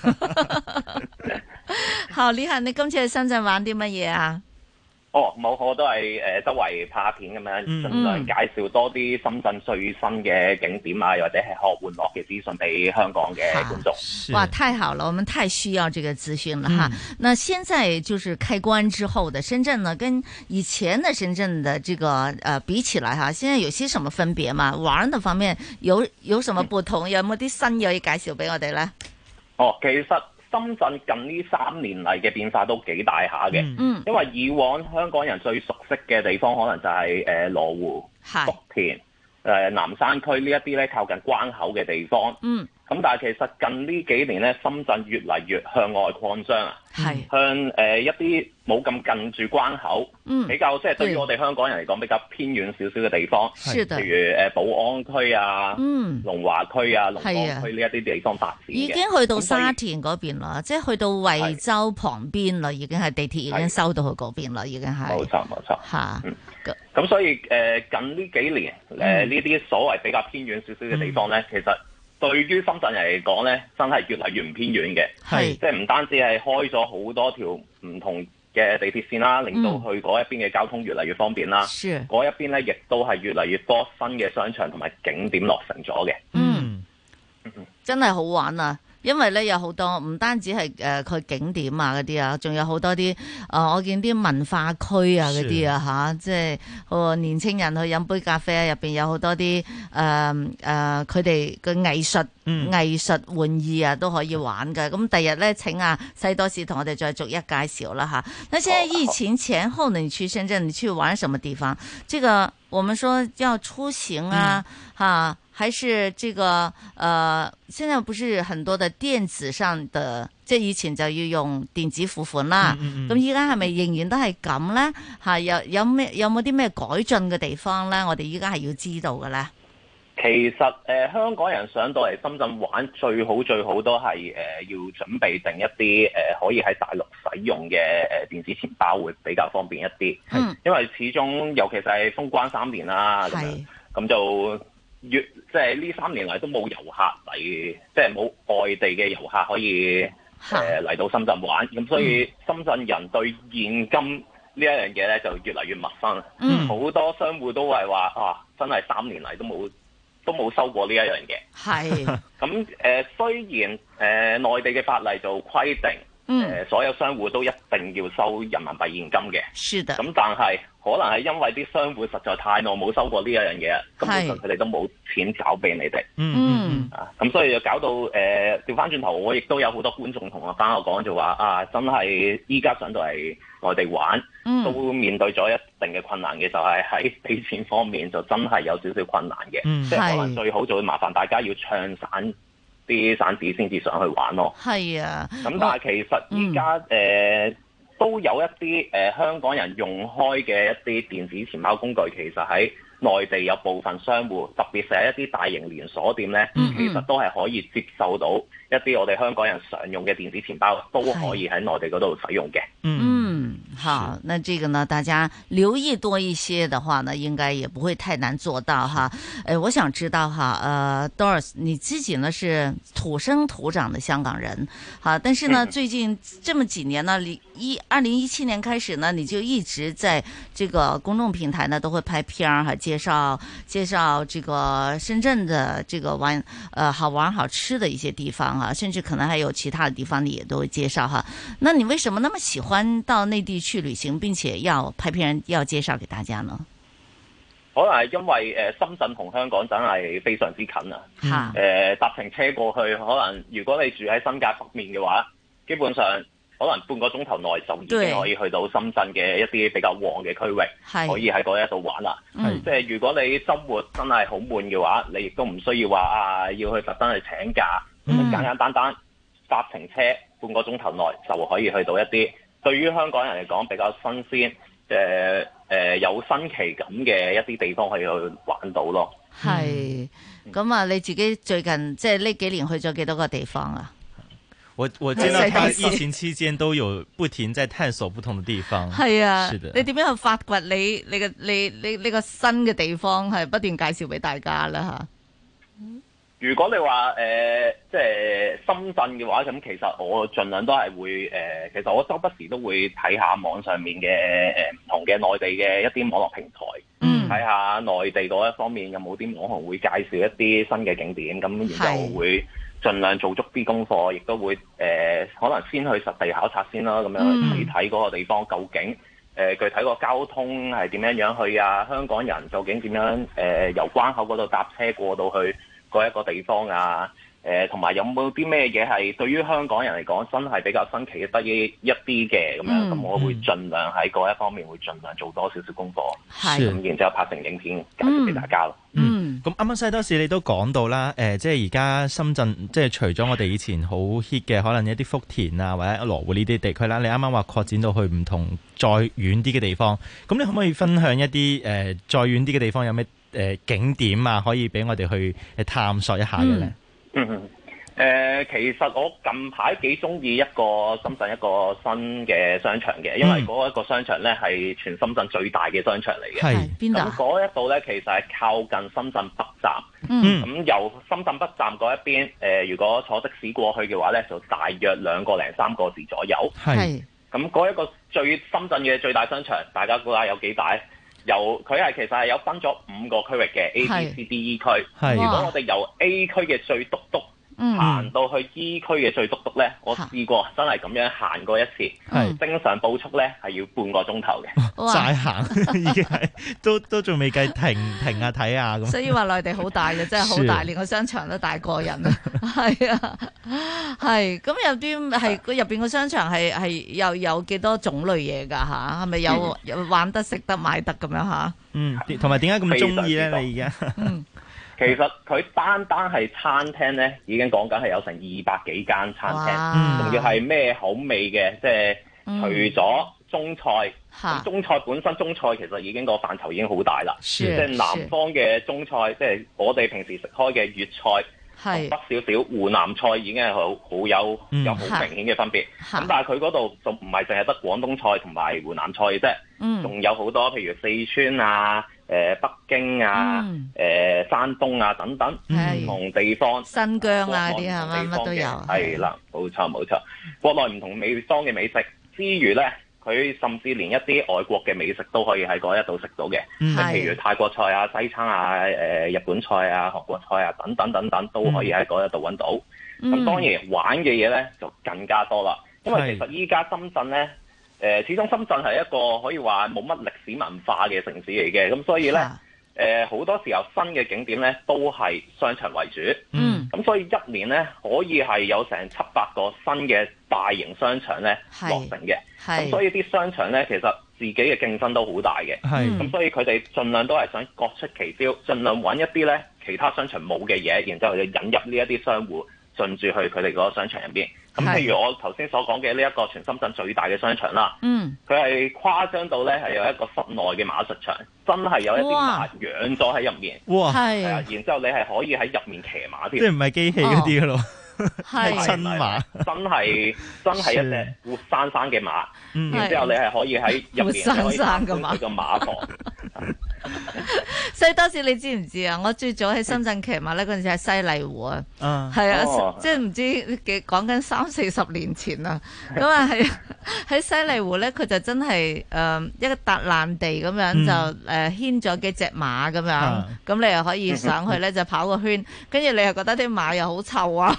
好厲害！你今次去深圳玩啲乜嘢啊？ 哦，冇，我都係周圍拍片咁樣，盡量介紹多啲深圳最新嘅景點啊，或者係學玩樂嘅資訊俾香港嘅觀眾。 哇，太好了，我們太需要這個資訊了哈。那現在就是開關之後的深圳呢，跟以前的深圳的這個比起來哈，現在有些什麼分別嘛？玩的方面有什麼不同？有冇啲新嘢可以介紹俾我哋咧？ 哦，其實深圳近呢3年嚟嘅變化都幾大下嘅，因為以往香港人最熟悉嘅地方可能就係羅湖、福田、南山區呢一啲咧靠近關口嘅地方。咁但係其實近呢幾年咧，深圳越嚟越向外擴張啊，向一啲冇咁近住關口，比較即係對於我哋香港人嚟講比較偏遠少少嘅地方，譬如寶安區啊、龍華區啊、龍崗區呢一啲地方發展嘅。 已經去到沙田嗰邊啦，即係去到惠州旁邊啦，已經係地鐵已經收到去嗰邊啦，已經係。 冇錯嚇。咁所以近呢幾年呢啲所謂比較偏遠少少嘅地方咧，其實對於深圳人嚟講咧，真係越嚟越唔偏遠嘅，即係唔單止係開咗好多條唔同嘅地鐵線啦，令到去嗰一邊嘅交通越嚟越方便啦。嗰一邊咧，亦都係越嚟越多新嘅商場同埋景點落成咗嘅。 真係好玩啊！因為咧有好多唔單止係佢景點啊嗰啲啊，仲有好多啲我見啲文化區啊嗰啲啊嚇，即係年青人去飲杯咖啡入邊有好多啲佢哋嘅藝術玩意啊都可以玩嘅。咁第日咧請阿西多士同我哋再逐一介紹啦嚇。那現在疫情前後呢，你去深圳你去玩什麼地方？這個我們說要出行啊嚇。還是這個現在不是很多的電子上的，即係以前就要用電子付款啦。咁依家係咪仍然都係咁咧？嚇，有冇啲咩改進嘅地方咧？我哋依家係要知道嘅咧。 其實香港人上到嚟深圳玩最好都係要準備定一啲可以喺大陸使用嘅電子錢包會比較方便一啲。因為始終尤其是係封關3年啦，咁就即係呢3年嚟都冇遊客嚟，即係冇外地嘅遊客可以嚟到深圳玩，咁所以深圳人對現金呢一樣嘢咧就越嚟越陌生。好多商戶都係話真係3年嚟都冇收過呢一樣嘢。係咁雖然內地嘅法例就規定所有商戶都一定要收人民幣現金嘅。是的。咁但係可能係因為啲商戶實在太耐冇收過呢一樣嘢，咁其實佢哋都冇錢找俾你哋。咁所以就搞到調翻轉頭，我亦都有好多觀眾同我翻我講就話真係依家上到嚟內地玩，都面對咗一定嘅困難嘅，就係喺俾錢方面就真係有少少困難嘅。即係可能最好就會麻煩大家要唱散啲散紙先至上去玩咯。係啊。咁但係其實依家都有一啲香港人用開嘅一啲電子錢包工具，其實喺內地有部分商戶，特別係一啲大型連鎖店咧，其實都係可以接受到一啲我哋香港人常用嘅電子錢包，都可以喺內地嗰度使用嘅。 好，那這個呢，大家留意多一些的話呢，應該也不會太難做到哈。我想知道哈，Doris 你自己呢是土生土長的香港人，好，但是呢，最近這麼幾年呢，2017年開始呢，你就一直在這個公眾平台呢都會拍片兒哈，介紹這個深圳的這個好玩好吃的一些地方啊，甚至可能還有其他的地方你也都會介紹哈。那你為什麼那麼喜歡到內地去旅行，並且要拍片要介紹給大家呢？ 可能係因為深圳同香港真係非常之近啊。搭程車過去，可能如果你住喺新界北面嘅話，基本上可能半個鐘頭內就已經可以去到深圳嘅一啲比較旺嘅區域，可以喺嗰一度玩啦。即係如果你週末真係好悶嘅話，你亦都唔需要話要去特登去請假，簡簡單單搭程車半個鐘頭內就可以去到一啲對於香港人嚟講比較新鮮有新奇感嘅一啲地方可以去玩到咯。係， 咁啊你自己最近即係呢幾年去咗幾多個地方啊？ 我見到他疫情期間都有不停在探索不同的地方。係啊，是的。你點樣去發掘你個新嘅地方，係不斷介紹俾大家啦吓？ 如果你話即係深圳嘅話，咁其實我盡量都係會其實我周不時都會睇下網上面嘅唔同嘅內地嘅一啲網絡平台，睇下內地嗰一方面有冇啲網紅會介紹一啲新嘅景點，咁然後會盡量做足啲功課，亦都會可能先去實地考察先啦，咁樣去睇嗰個地方究竟具體個交通係點樣去啊？香港人究竟點樣由關口嗰度搭車過到去嗰一個地方啊？同埋有冇啲咩嘢係對於香港人嚟講真係比較新奇得意一啲嘅咁樣？咁我會盡量喺嗰一方面會盡量做多少少功課，咁然之後拍成影片介紹俾大家咯。 咁啱啱西多士你都講到啦，即係而家深圳即係除咗我哋以前好 hit 嘅可能一啲福田啊或者羅湖呢啲地區啦，你啱啱話擴展到去唔同再遠啲嘅地方，咁你可唔可以分享一啲再遠啲嘅地方有咩景點啊可以俾我哋去探索一下嘅咧？ 其實我近排幾中意一個深圳一個新嘅商場嘅，因為嗰一個商場咧係全深圳最大嘅商場嚟嘅。係邊度？咁嗰一度咧其實係靠近深圳北站。咁由深圳北站嗰一邊，如果坐的士過去嘅話咧，就大約2個零3個字左右。係。咁嗰一個深圳嘅最大商場，大家估下有幾大？佢其實係有分咗5個區域嘅 A、B、C、D、E 區。如果我哋由 A 區嘅最篤篤行到去 E 區嘅最篤篤咧，我試過真係咁樣行過一次，正常步速咧係要半個鐘頭嘅。 齋行已經係都仲未計停啊睇啊咁。 所以話內地好大嘅，真係好大，連個商場都大過人啊！係啊，係咁有啲係入邊個商場係又有幾多種類嘢㗎嚇？係咪有玩得食得買得咁樣嚇？ 同埋點解咁中意咧？你而家？ 其實佢單係餐廳咧，已經講緊係有成200幾間餐廳，仲要係咩口味嘅，即係除咗中菜，中菜本身中菜其實已經個範疇已經好大啦，即係南方嘅中菜，即係我哋平時食開嘅粵菜，北少少湖南菜已經係好有好明顯嘅分別。咁但係佢嗰度就唔係淨係得廣東菜同埋湖南菜嘅啫，仲有好多譬如四川啊、北京啊、山東啊等等唔同地方， 新疆啊啲係嘛乜都有。 係啦，冇錯。國內唔同地方嘅美食之餘咧，佢甚至連一啲外國嘅美食都可以喺嗰一度食到嘅，譬如泰國菜啊、西餐啊、日本菜啊、韓國菜啊等等都可以喺嗰一度揾到。咁當然玩嘅嘢咧就更加多啦，因為其實依家深圳咧。始終深圳係一個可以話冇乜歷史文化嘅城市嚟嘅，咁所以咧，好多時候新嘅景點咧都係商場為主。咁所以一年咧可以係有成700個新嘅大型商場咧落成嘅。咁所以啲商場咧其實自己嘅競爭都好大嘅。咁所以佢哋盡量都係想各出奇招，盡量揾一啲咧其他商場冇嘅嘢，然之後就引入呢一啲商戶進駐去佢哋嗰個商場入邊。咁譬如我頭先所講嘅呢一個全深圳最大嘅商場啦，佢係誇張到咧係有一個室內嘅馬術場，真係有一啲馬養咗喺入面，然之後你係可以喺入面騎馬添， 即係唔係機器嗰啲咯。 係真馬， 真係一隻活生生嘅馬。然之後你係可以喺入邊可以參觀佢個馬房。 西多士你知唔知啊？我最早喺深圳騎馬咧嗰陣時喺西麗湖啊，係啊，即係唔知講緊30-40年前啦。咁啊喺西麗湖咧，佢就真係一個笪爛地咁樣就牽咗幾隻馬咁樣，咁你又可以上去咧就跑個圈，跟住你又覺得啲馬又好臭啊。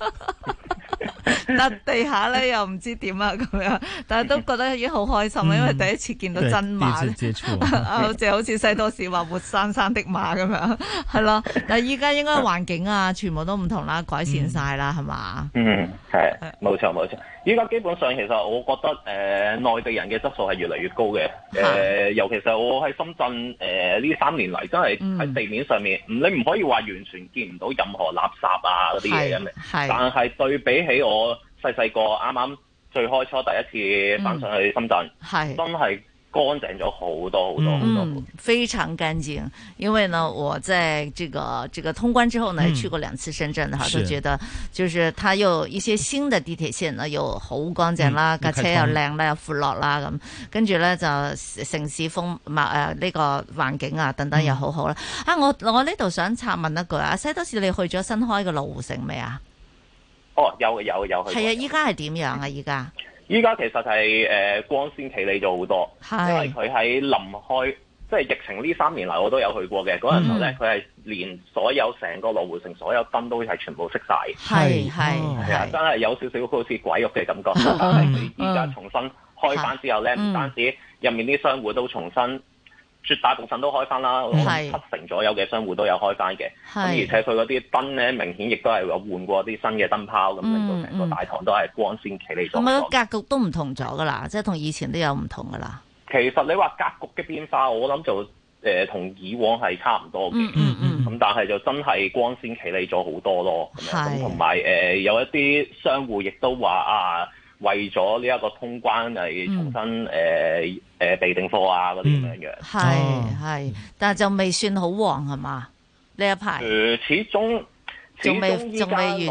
笪地下咧又唔知點啊咁樣，但係都覺得已經好開心啊，因為第一次見到真馬咧，好似西多士話活生生的馬咁樣，係咯。但係依家應該環境啊，全部都唔同啦，改善晒啦，係嘛？ 係冇錯冇錯。依家基本上其實我覺得內地人嘅質素係越嚟越高嘅。尤其是我喺深圳呢3年嚟，真係喺地面上面，你唔可以話完全見唔到任何垃圾啊嗰啲嘢咁。但係對比起我細個啱啱最開初第一次翻上去深圳，真係乾淨咗好多好多好多， 非常乾淨。因為呢，我在這個通關之後呢，去過2次深圳哈，都覺得就是它有一些新的地鐵線呢，又好乾淨啦，架車又靚啦，又闊落啦咁，跟住咧就城市風呢個環境啊等等又好好啦。我呢度想插問一句啊，西多士你去咗新開嘅羅湖城未啊？ 有去。 係啊，依家係點樣啊？ 依家其實係光鮮企理咗好多，因為佢喺臨開，即係疫情呢3年嚟我都有去過嘅。嗰陣時候咧，佢係連所有成個羅湖城所有燈都係全部熄晒，係啊，真係有少少好似鬼屋嘅感覺。但係佢依家重新開翻之後咧，唔單止入面啲商戶都重新。絕大部分都開翻啦，7成左右嘅商戶都有開翻嘅。咁而且佢嗰啲燈咧，明顯亦都係有換過啲新嘅燈泡，咁令到成個大堂都係光鮮企理咗。 咁啊，格局都唔同咗噶啦，即係同以前都有唔同噶啦。 其實你話格局嘅變化，我諗就同以往係差唔多嘅。咁但係就真係光鮮企理咗好多咯。咁同埋有一啲商戶亦都話啊，為咗呢一個通關係重新備定貨啊嗰啲咁樣樣， 係，但係就未算好旺係嘛？呢一排始終依家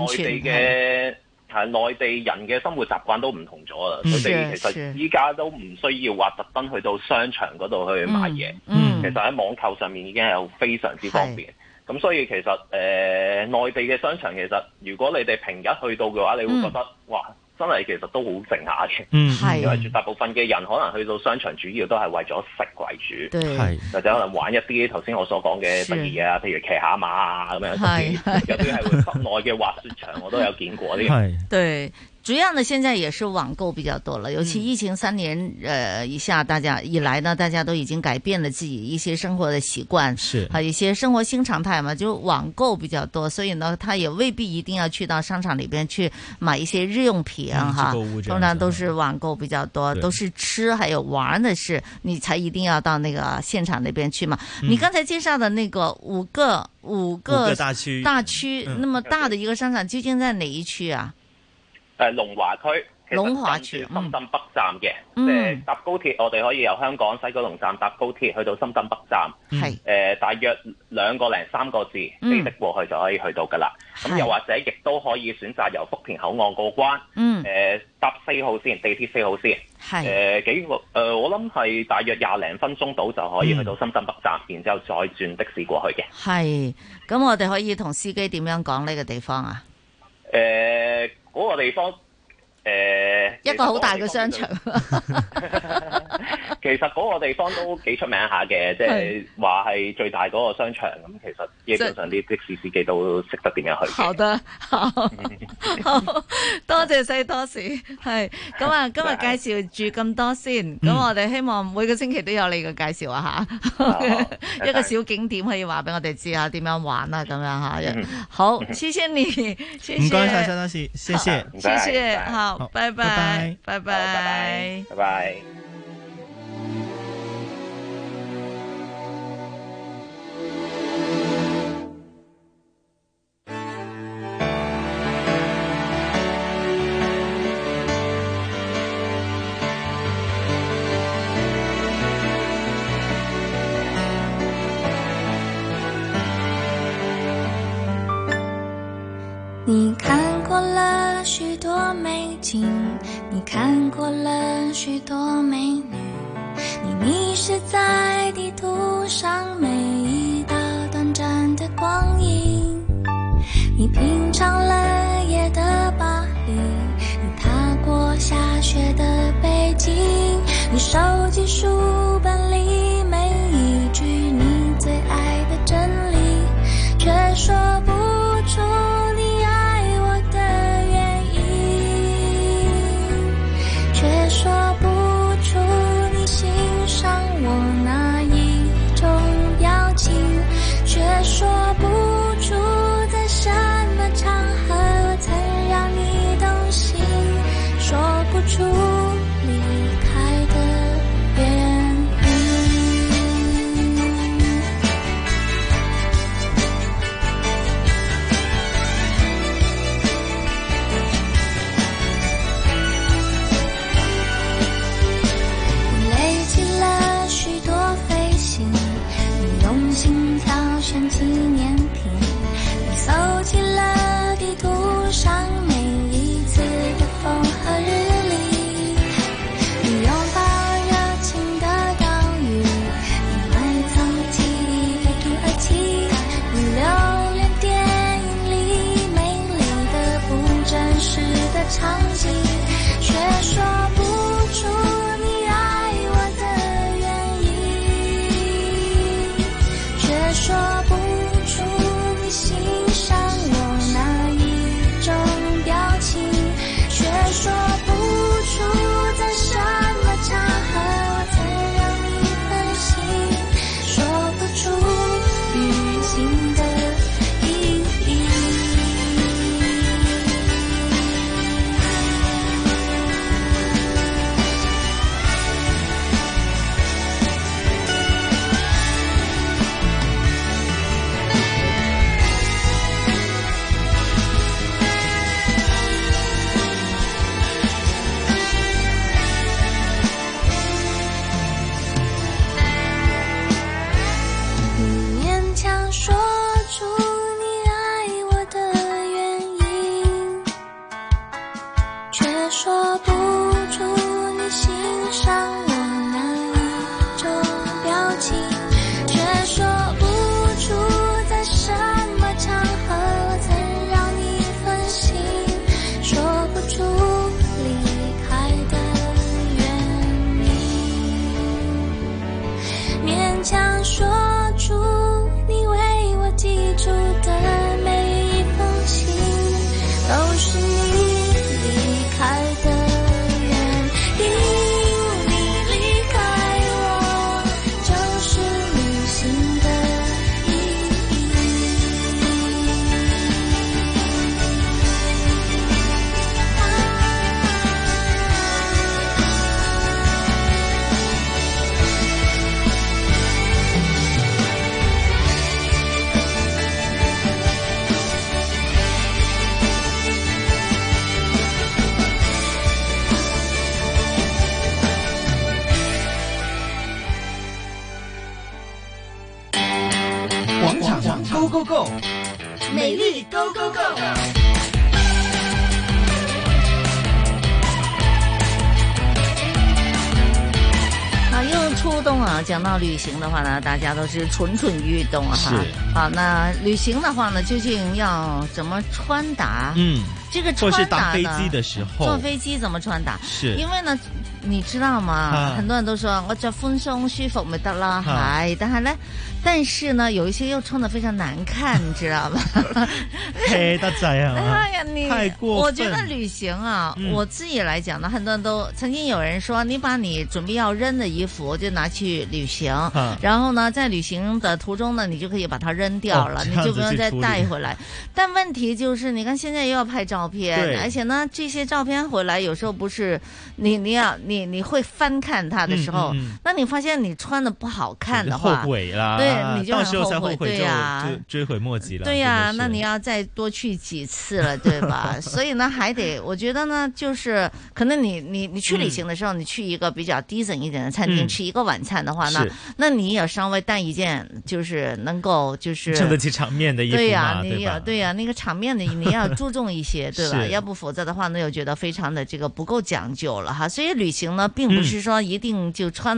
內地人嘅生活習慣都唔同咗啦。佢哋其實依家都唔需要話特登去到商場嗰度去買嘢，其實喺網購上面已經係非常之方便。咁所以其實內地嘅商場其實如果你哋平日去到嘅話，你會覺得哇！真係其實都好靜下嘅，因為絕大部分嘅人可能去到商場主要都係為咗食為主，或者可能玩一啲頭先我所講嘅得意嘢啊，譬如騎下馬啊咁樣，有啲係會室內嘅滑雪場我都有見過呢啲。 對。主要呢，現在也是網購比較多了，尤其疫情3年以下，大家都已經改變了自己一些生活的習慣，還有一些生活新常態嘛，就網購比較多，所以呢，他也未必一定要去到商場裏邊去買一些日用品哈，通常都是網購比較多，都是吃還有玩的事，你才一定要到那個現場那邊去嘛。你剛才介紹的那個五個大區，那麼大的一個商場究竟在哪一區啊？ 龍華區，龍華區深圳北站嘅，搭高鐵我哋可以由香港西九龍站搭高鐵去到深圳北站，大約2個零3個字飛的過去就可以去到噶啦。咁又或者亦都可以選擇由福田口岸過關，搭4號線，地鐵4號線，我諗係大約20零分鐘到就可以去到深圳北站，然之後再轉的士過去嘅。 係，咁我哋可以同司機點樣講呢個地方啊？ 嗰個地方， 一個好大嘅商場。 其實嗰個地方都幾出名下嘅，即係話係最大嗰個商場。咁其實基本上啲的士司機都識得點樣去。好的，好， 多謝西多士。係咁啊，今日介紹住咁多先。咁我哋希望每個星期都有你嘅介紹啊嚇，一個小景點可以話俾我哋知下點樣玩啊咁樣嚇。好，謝謝你，謝謝。唔該晒西多士，謝謝，謝謝，好，拜拜，拜拜， 拜拜。 你看過过了许多美景，你看过了许多美女，你迷失在地图上每一道短暂的光阴，你品尝了夜的巴黎，你踏过下雪的北京，你收集书本里每一句你最爱的真理，却说不出你爱我的原因，却说不出你欣赏我哪一种表情，却说不出在什么场合我曾让你动心，说不出离开的原选纪念品，你搜集了地图上每一次的风和日丽，你拥抱热情的岛屿，你埋藏记忆的土耳其，你留恋电影里美丽的不真实的场景，却说不出你爱我的原因，却说不出你欣赏我哪一种表情，却说不出在什么场合我曾让你分心，说不出旅行的意义。你勉强说出你爱我的原因，却说不出你欣赏我哪一种表情，却说不出在什么场合我曾让你分心，说不出离开的原因，勉强说出你为我寄出的每一封信，都是你离开的原因，你离开我就是旅行的意广场 Go Go Go， 美丽 Go Go Go。 又初冬啊，讲到旅行的话呢，大家都是蠢蠢欲动啊。 是。 好，那旅行的话呢，究竟要怎么穿搭？这个穿搭呢，或是搭飞机的时候，坐飞机怎么穿搭？是。因为呢，你知道吗？很多人都说我着寬鬆舒服咪得啦，係，但是呢，有一些又穿得非常難看，你知道嗎？ 黑得滯啊！ 哎呀， 太過分。 我覺得旅行啊，我自己來講呢，很多人都曾經有人說，你把你準備要扔的衣服就拿去旅行，然後呢，在旅行的途中呢，你就可以把它扔掉了，你就不用再帶回來。但問題就是，你看現在又要拍照片，而且呢，這些照片回來有時候不是你會翻看它的時候，那你發現你穿得不好看的話， 後悔啦。 對，你就很後悔， 對呀，就追悔莫及了。 對呀，那你要再多去幾次了，對吧？所以呢，還得，我覺得呢，就是可能你去旅行的時候，你去一個比較decent一點的餐廳吃一個晚餐的話呢，那你也稍微帶一件，就是能夠就是撐得起場面的衣服嘛， 對呀，那個場面的你要注重一些。 些，对吧？要不否则的话呢，又觉得非常的这个不够讲究了哈。所以旅行呢，并不是说一定就穿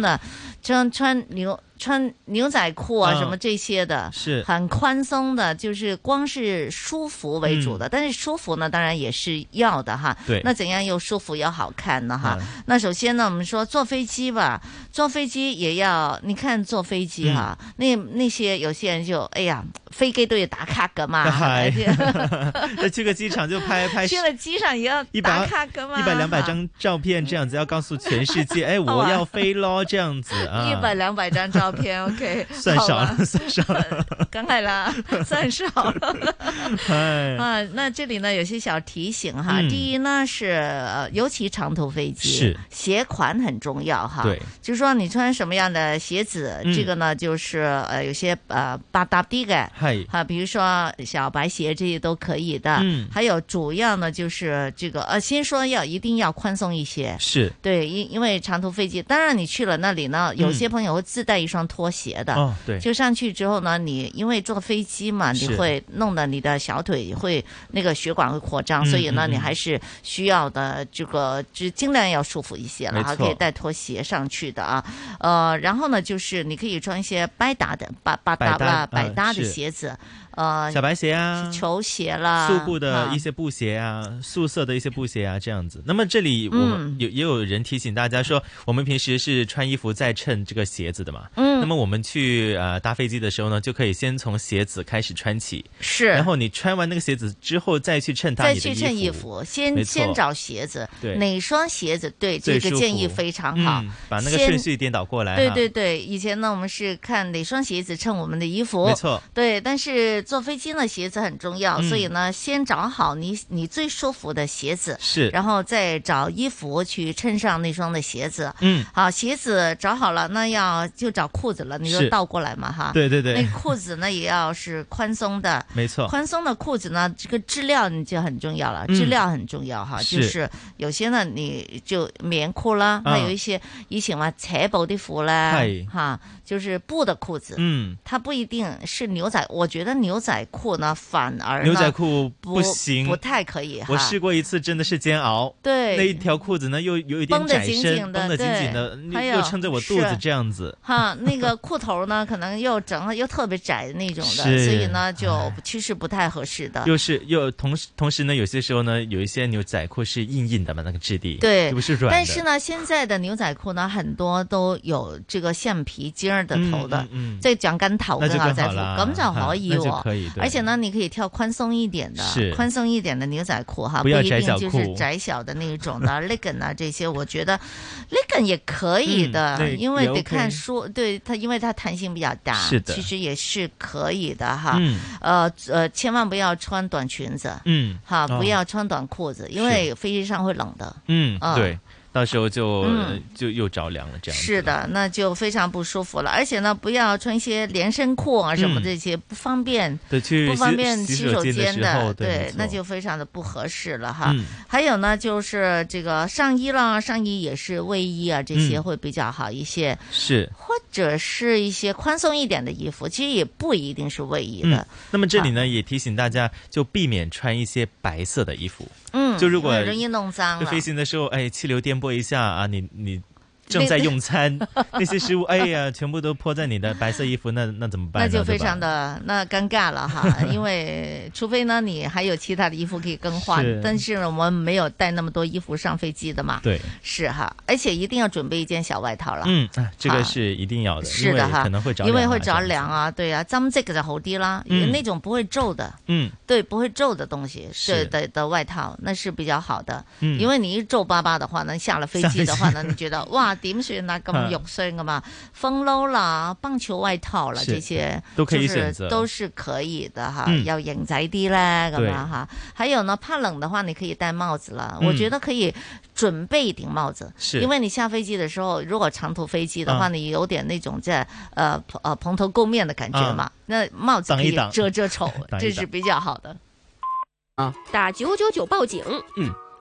牛仔裤啊什么这些的， 是很宽松的，就是光是舒服为主的。但是舒服呢，当然也是要的哈。 对， 那怎样又舒服又好看呢哈？那首先呢，我们说坐飞機吧，坐飛機也要，你看坐飛機哈，那些有些人就哎呀，飛機都要打卡噶嘛， 那去個機場就拍， 去了機場也要打卡噶嘛 ，100-200張照片這樣子，要告訴全世界，哎，我要飛咯，這樣子啊 ，100-200張照片，OK， 算少了， 梗係啦，算少了。啊，那這裡呢有些小提醒哈，第一呢是尤其長途飛機， 是鞋款很重要哈。 對， 就是說你穿什麼樣的鞋子，這個呢就是有些百搭啲嘅，係哈，比如說小白鞋這些都可以的。還有主要呢就是這個先說一定要寬鬆一些，是對，因為長途飛機，當然你去了那裡呢，有些朋友會自帶一雙拖鞋的，對，就上去之後呢，你因為坐飛機嘛，你會弄得你的小腿會那個血管會擴張，所以呢，你還是需要的這個就盡量要舒服一些了，可以帶拖鞋上去的啊，然後呢，就是你可以穿一些百搭的百搭的鞋子。 小白鞋啊， 球鞋啦， 素布的一些布鞋啊，素色的一些布鞋啊，這樣子。那麼這裡我們也有人提醒大家說，我們平時是穿衣服再襯這個鞋子的嘛。那麼我們去搭飛機的時候呢，就可以先從鞋子開始穿起。是。然後你穿完那個鞋子之後，再去襯它你的衣服。再去襯衣服，先找鞋子，對，哪雙鞋子對這個建議非常好。 把那個順序顛倒過來。 對對對，以前呢我們是看哪雙鞋子襯我們的衣服。 沒錯。 對，但是坐飛機呢，鞋子很重要，所以呢，先找好你最舒服的鞋子，是，然後再找衣服去襯上那雙的鞋子。好，鞋子找好了，那就找褲子了，你就倒過來嘛，哈。對對對。那褲子呢，也要是寬鬆的，沒錯。寬鬆的褲子呢，這個質料你就很重要了，質料很重要哈，就是有些呢，你就棉褲啦，還有一些以前話扯布啲褲咧，哈，就是布的褲子，它不一定是牛仔，我覺得牛仔褲呢，反而牛仔褲不行， 不太可以。 我試過一次，真的是煎熬。對，那一條褲子呢，又有一點窄身，繃得緊緊的，又撐着我肚子這樣子。 哈，那個褲頭呢，可能又特別窄的那種的，所以呢，就其實不太合適的。 又同時呢，有些時候呢，有一些牛仔褲是硬硬的嘛，那個質地， 對， 不是軟的。 但是呢，現在的牛仔褲呢，很多都有這個橡皮筋兒的頭的，即係橡筋頭嘅牛仔褲，咁就可以喎。可以，而且呢，你可以挑寬鬆一點的，寬鬆一點的牛仔褲哈，不一定就是窄小的那種的 legging 啊，這些我覺得 legging 也可以的，因為得看書，對它，因為它彈性比較大，是的，其實也是可以的哈。千萬不要穿短裙子，哈，不要穿短褲子，因為飛機上會冷的。 對。到時候就又着涼了，這樣是的，那就非常不舒服了。而且呢，不要穿一些連身褲啊什麼這些，不方便，不方便洗手間的，對，那就非常的不合適了哈。還有呢，就是這個上衣啦，上衣也是衛衣啊，這些會比較好一些， 是， 或者是一些寬鬆一點的衣服，其實也不一定是衛衣的。 那麼這裡呢，也提醒大家就避免穿一些白色的衣服。 就如果容易弄髒了， 飛行的時候，哎，氣流顛簸一下啊，你正在用餐，那些食物，哎呀，全部都潑在你的白色衣服，那怎麼辦？ 那就非常的那尷尬了哈，因為除非呢你還有其他的衣服可以更換，但是我們沒有帶那麼多衣服上飛機的嘛。對，是哈，而且一定要準備一件小外套了。 這個是一定要的， 是的哈， 可能會着涼， 因為會着涼啊，對啊，針織就好啲啦，那種不會皺的，對，不會皺的東西，對的外套，那是比較好的。因為你一皺巴巴的話呢，下了飛機的話呢，你覺得哇，點算啊，咁肉酸噶嘛，風褸啦，棒球外套啦，這些都可以選擇， 都是可以的哈，要型仔啲咧咁樣哈。還有呢，怕冷的話，你可以戴帽子啦。我覺得可以準備一頂帽子，因為你下飛機的時候，如果長途飛機的話，你有點那種在蓬頭垢面的感覺嘛，那帽子可以遮醜，這是比較好的。 打999報警。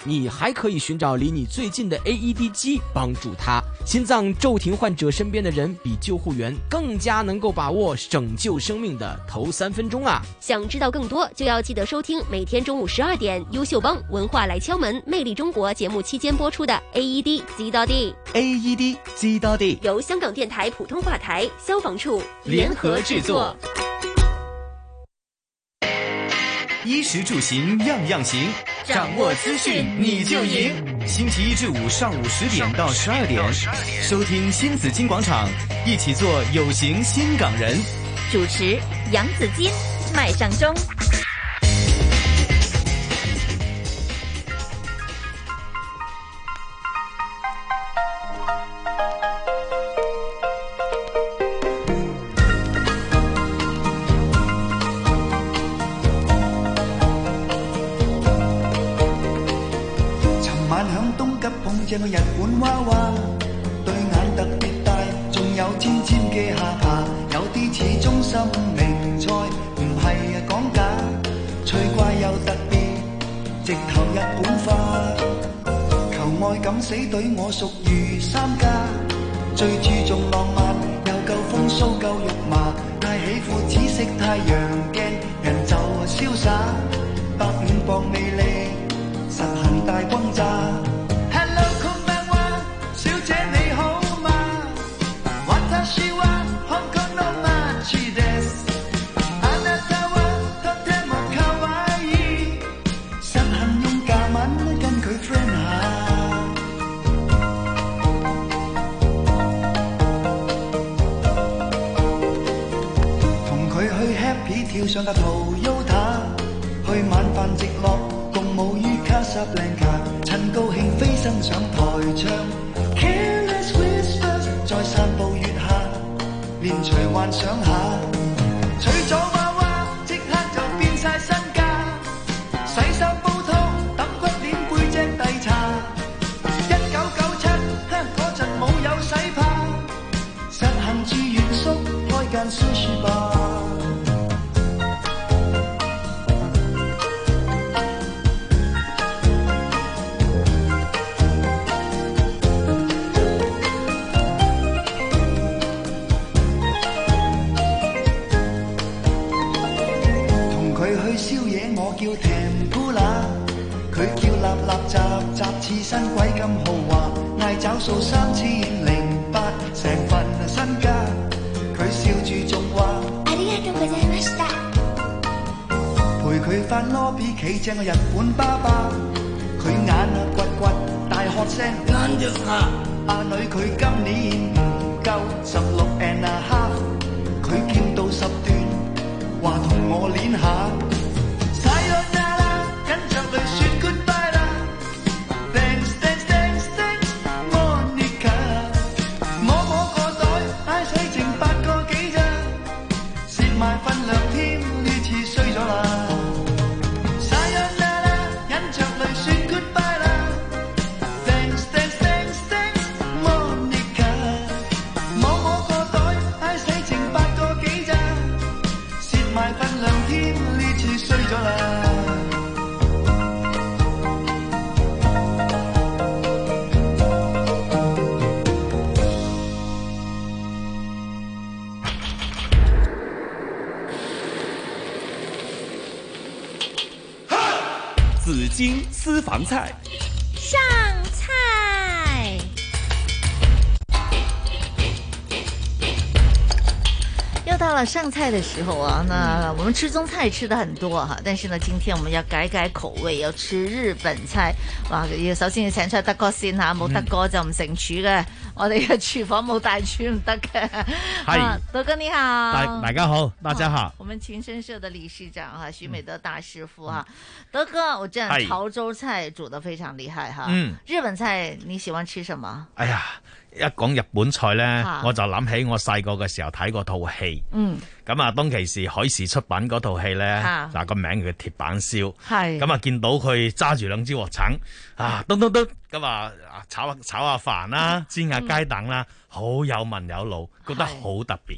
你还可以寻找离你最近的 AED 机，帮助他。心脏骤停患者身边的人比救护员更加能够把握拯救生命的头3分钟啊！ 想知道更多，就要记得收听每天中午12点优秀帮文化来敲门魅力中国节目期间播出的 AED 知多啲。 AED 知多啲， 由香港电台普通话台消防处联合制作。 衣食住行样样行，掌握资讯你就赢。星期一至五上午10点到12点，收听新紫金广场，一起做有型新港人。 主持杨紫金、麦尚中。 正個日本娃娃，對眼特別大，仲有尖尖嘅下巴，有啲似中心名菜，唔係講假，趣怪又特別，直頭日本化。求愛敢死隊我屬於3家，最注重浪漫，又夠風騷夠肉麻，太喜歡紫色太陽鏡，人就瀟灑，150磅魅力，實行大轟炸。跳上架 Toyota， 去晚飯直落，共舞於卡薩布蘭卡，趁高興飛身上台唱 Careless Whispers， 再散步月下，連隨幻想下，除咗娃娃即刻就變晒身家，洗衫煲湯揼骨鏈背脊遞茶，1997嗰陣冇有洗怕，實行住原宿開間 sushi bar。雜刺身鬼咁豪華，嗌找數3008，成份身家，佢笑住仲話陪佢返 lobby 企正個日本爸爸，佢眼掘掘大喝聲，阿女佢今年唔夠16.5，佢見到10段，話同我練下。 紫金私房菜上菜。又到了上菜的时候啊，那我们吃中菜吃的很多哈，但是呢，今天我们要改改口味，要吃日本菜。哇，要首先要請出德哥先吓，冇德哥就唔成廚嘅。我哋嘅廚房冇大廚唔得嘅。係，德哥你好。 大家好，大家好。 我們情深社的理事長哈，徐美德大師傅哈，德哥，我知道潮州菜煮得非常厲害哈。日本菜你喜歡吃什麼？ 哎呀，一講日本菜咧，我就諗起我細個嘅時候睇過套戲。咁啊，當其時海事出品嗰套戲咧，嗱個名叫鐵板燒。咁啊，見到佢揸住2支鑊鏟啊，咚咚咚咁啊，炒下飯啦，煎下雞蛋啦，好有文有路，覺得好特別。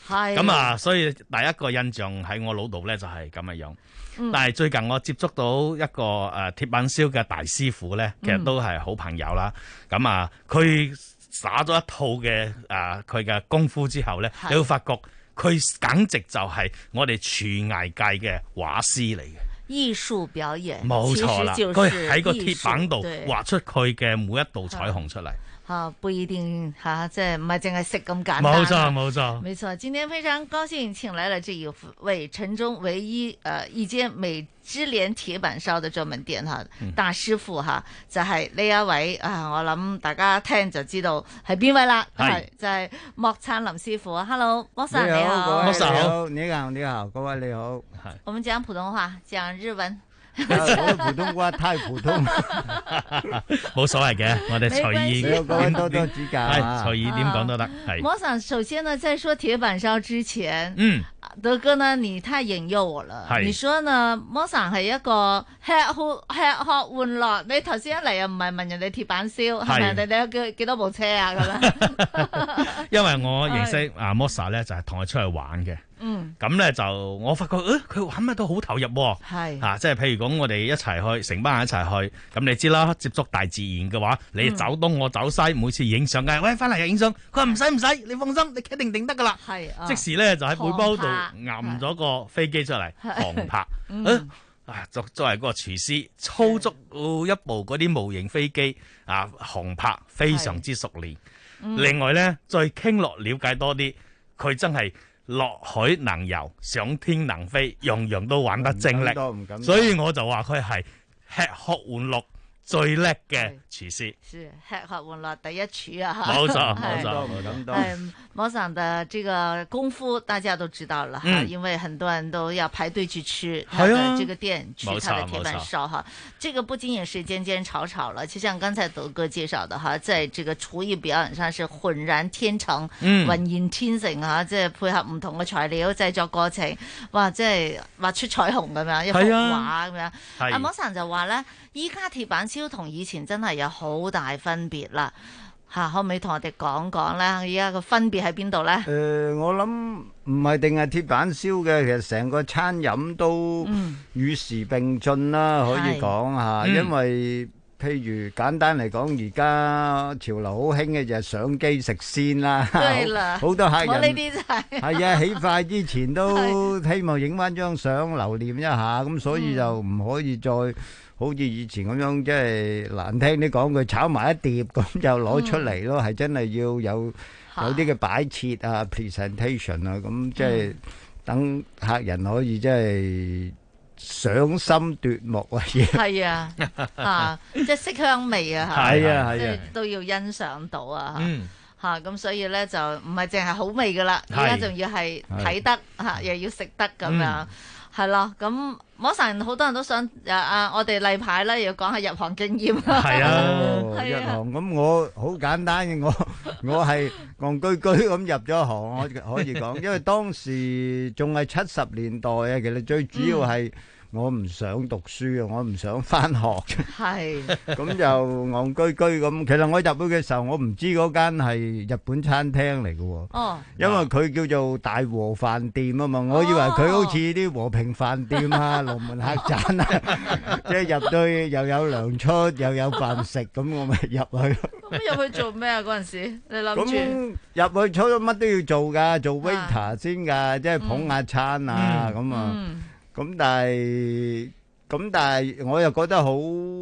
咁啊，所以第一個印象喺我腦度咧就係咁嘅樣。但係最近我接觸到一個鐵板燒嘅大師傅咧，其實都係好朋友啦。咁啊，佢耍咗一套嘅佢嘅功夫之後咧，你會發覺佢簡直就係我哋廚藝界嘅畫師嚟嘅。 藝術表演， 冇錯啦，佢喺個鐵板度畫出佢嘅每一道彩虹出嚟。 不一定即係唔係淨係食咁簡單。 冇錯，冇錯， 沒錯。今天非常高興請來了這一位城中唯一一間美芝蓮鐵板燒的專門店大師傅就係呢一位我諗大家聽就知道係邊位啦，就係莫燦林師傅。Hello， 莫生你好。 莫生好，你好，你好，各位你好。 我們講普通話，講日文。 我普通話太普通， 冇所謂嘅，我哋隨意多多指教， 隨意點講都得。 莫生，首先呢，在說鐵板燒之前，德哥呢，你太引誘我了。你說呢，莫生係一個吃喝玩樂。你頭先一嚟又唔係問人哋鐵板燒，係咪？你有幾多部車啊？咁樣。 因為我認識莫生咧，就係同佢出去玩嘅。咁咧就我發覺，佢玩乜都好投入喎。係即係譬如講，我哋一齊去，成班人一齊去，咁你知啦，接觸大自然嘅話，你走東我走西，每次影相嘅，喂，翻嚟又影相。佢話唔使，你放心，你企定得噶啦。係，即時咧就喺背包度揞咗個飛機出嚟，航拍。作為個廚師，操作一部嗰啲模型飛機航拍非常之熟練。另外咧，再傾落了解多啲，佢真係落海能游，上天能飛，樣樣都玩得精叻，所以我就話佢係吃喝玩樂最叻嘅廚師。 是吃喝玩樂第一廚啊！ 冇錯， 莫生的這個功夫大家都知道了因為很多人都要排隊去吃他的這個店，吃他的鐵板燒這個不僅僅是間間吵吵了，就像剛才德哥介紹的在這個廚藝表演上是渾然天成，渾然天成即係配合唔同嘅材料製作過程，哇！即係畫出彩虹咁樣一幅畫咁樣。阿莫生就話咧，依家鐵板燒同以前真係有好大分別啦。可唔可以同我哋講講咧？而家個分別喺邊度咧？ 我諗唔係定係鐵板燒嘅，其實成個餐飲都與時並進啦，可以講嚇。因為譬如簡單嚟講，而家潮流好興嘅就係相機食先啦。好多客人我呢啲就係啊，起筷之前都希望影翻張相留念一下，咁所以就唔可以再好似以前咁樣，即係難聽啲講句炒埋一碟咁就攞出嚟咯，係真係要有啲嘅擺設啊、presentation 啊，咁即係等客人可以即係賞心奪目啊嘢。係啊，即係色香味啊， 係啊， 即係都要欣賞到啊。咁所以咧就唔係淨係好味噶啦，而家仲要係睇得又要食得咁樣。係咯，咁莫生好多人都想我哋例牌咧，要講下入行經驗。 係入行咁我好簡單嘅，我係戇居居咁入咗行，我可以講，因為當時仲係70年代啊，其實最主要係我唔想讀書啊，我唔想返學。係。咁就戇居居咁，其實我入去嘅時候，我唔知嗰間係日本餐廳嚟嘅喎。哦。因為佢叫做大和飯店啊嘛，我以為佢好似啲和平飯店啊、龍門客棧啊，即係入到又有糧出，又有飯食，咁我咪入去。 咁入去做咩啊？嗰陣時你諗住？ 咁入去初初乜都要做㗎，做 waiter 先㗎，即係捧下餐啊咁啊。咁但係我又覺得好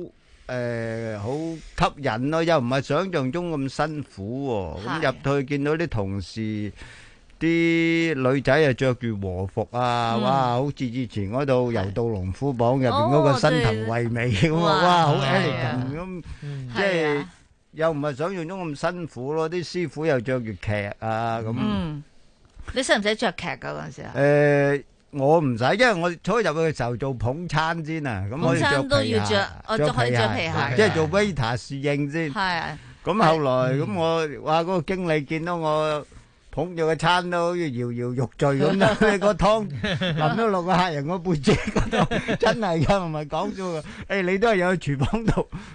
吸引咯，又唔係想象中咁辛苦喎。咁入去見到啲同事，啲女仔啊着住和服啊，哇！好似以前嗰度柔道龍虎榜入邊嗰個新藤惠美咁啊，哇！好 elegant 咁，即係又唔係想象中咁辛苦咯。啲師傅又着住劇啊咁。 你使唔使着劇㗎嗰陣時啊？ 我唔使，因為我初入去嘅時候做捧餐先啊，咁可以着皮鞋， 可以着皮鞋， 即係做 waiter 侍應先。係。咁後來咁我話嗰個經理見到我捧住個餐都好似搖搖欲墜咁啦，你個湯淋咗落個客人個背脊嗰度，真係㗎，唔係講笑㗎。誒，你都係有去廚房度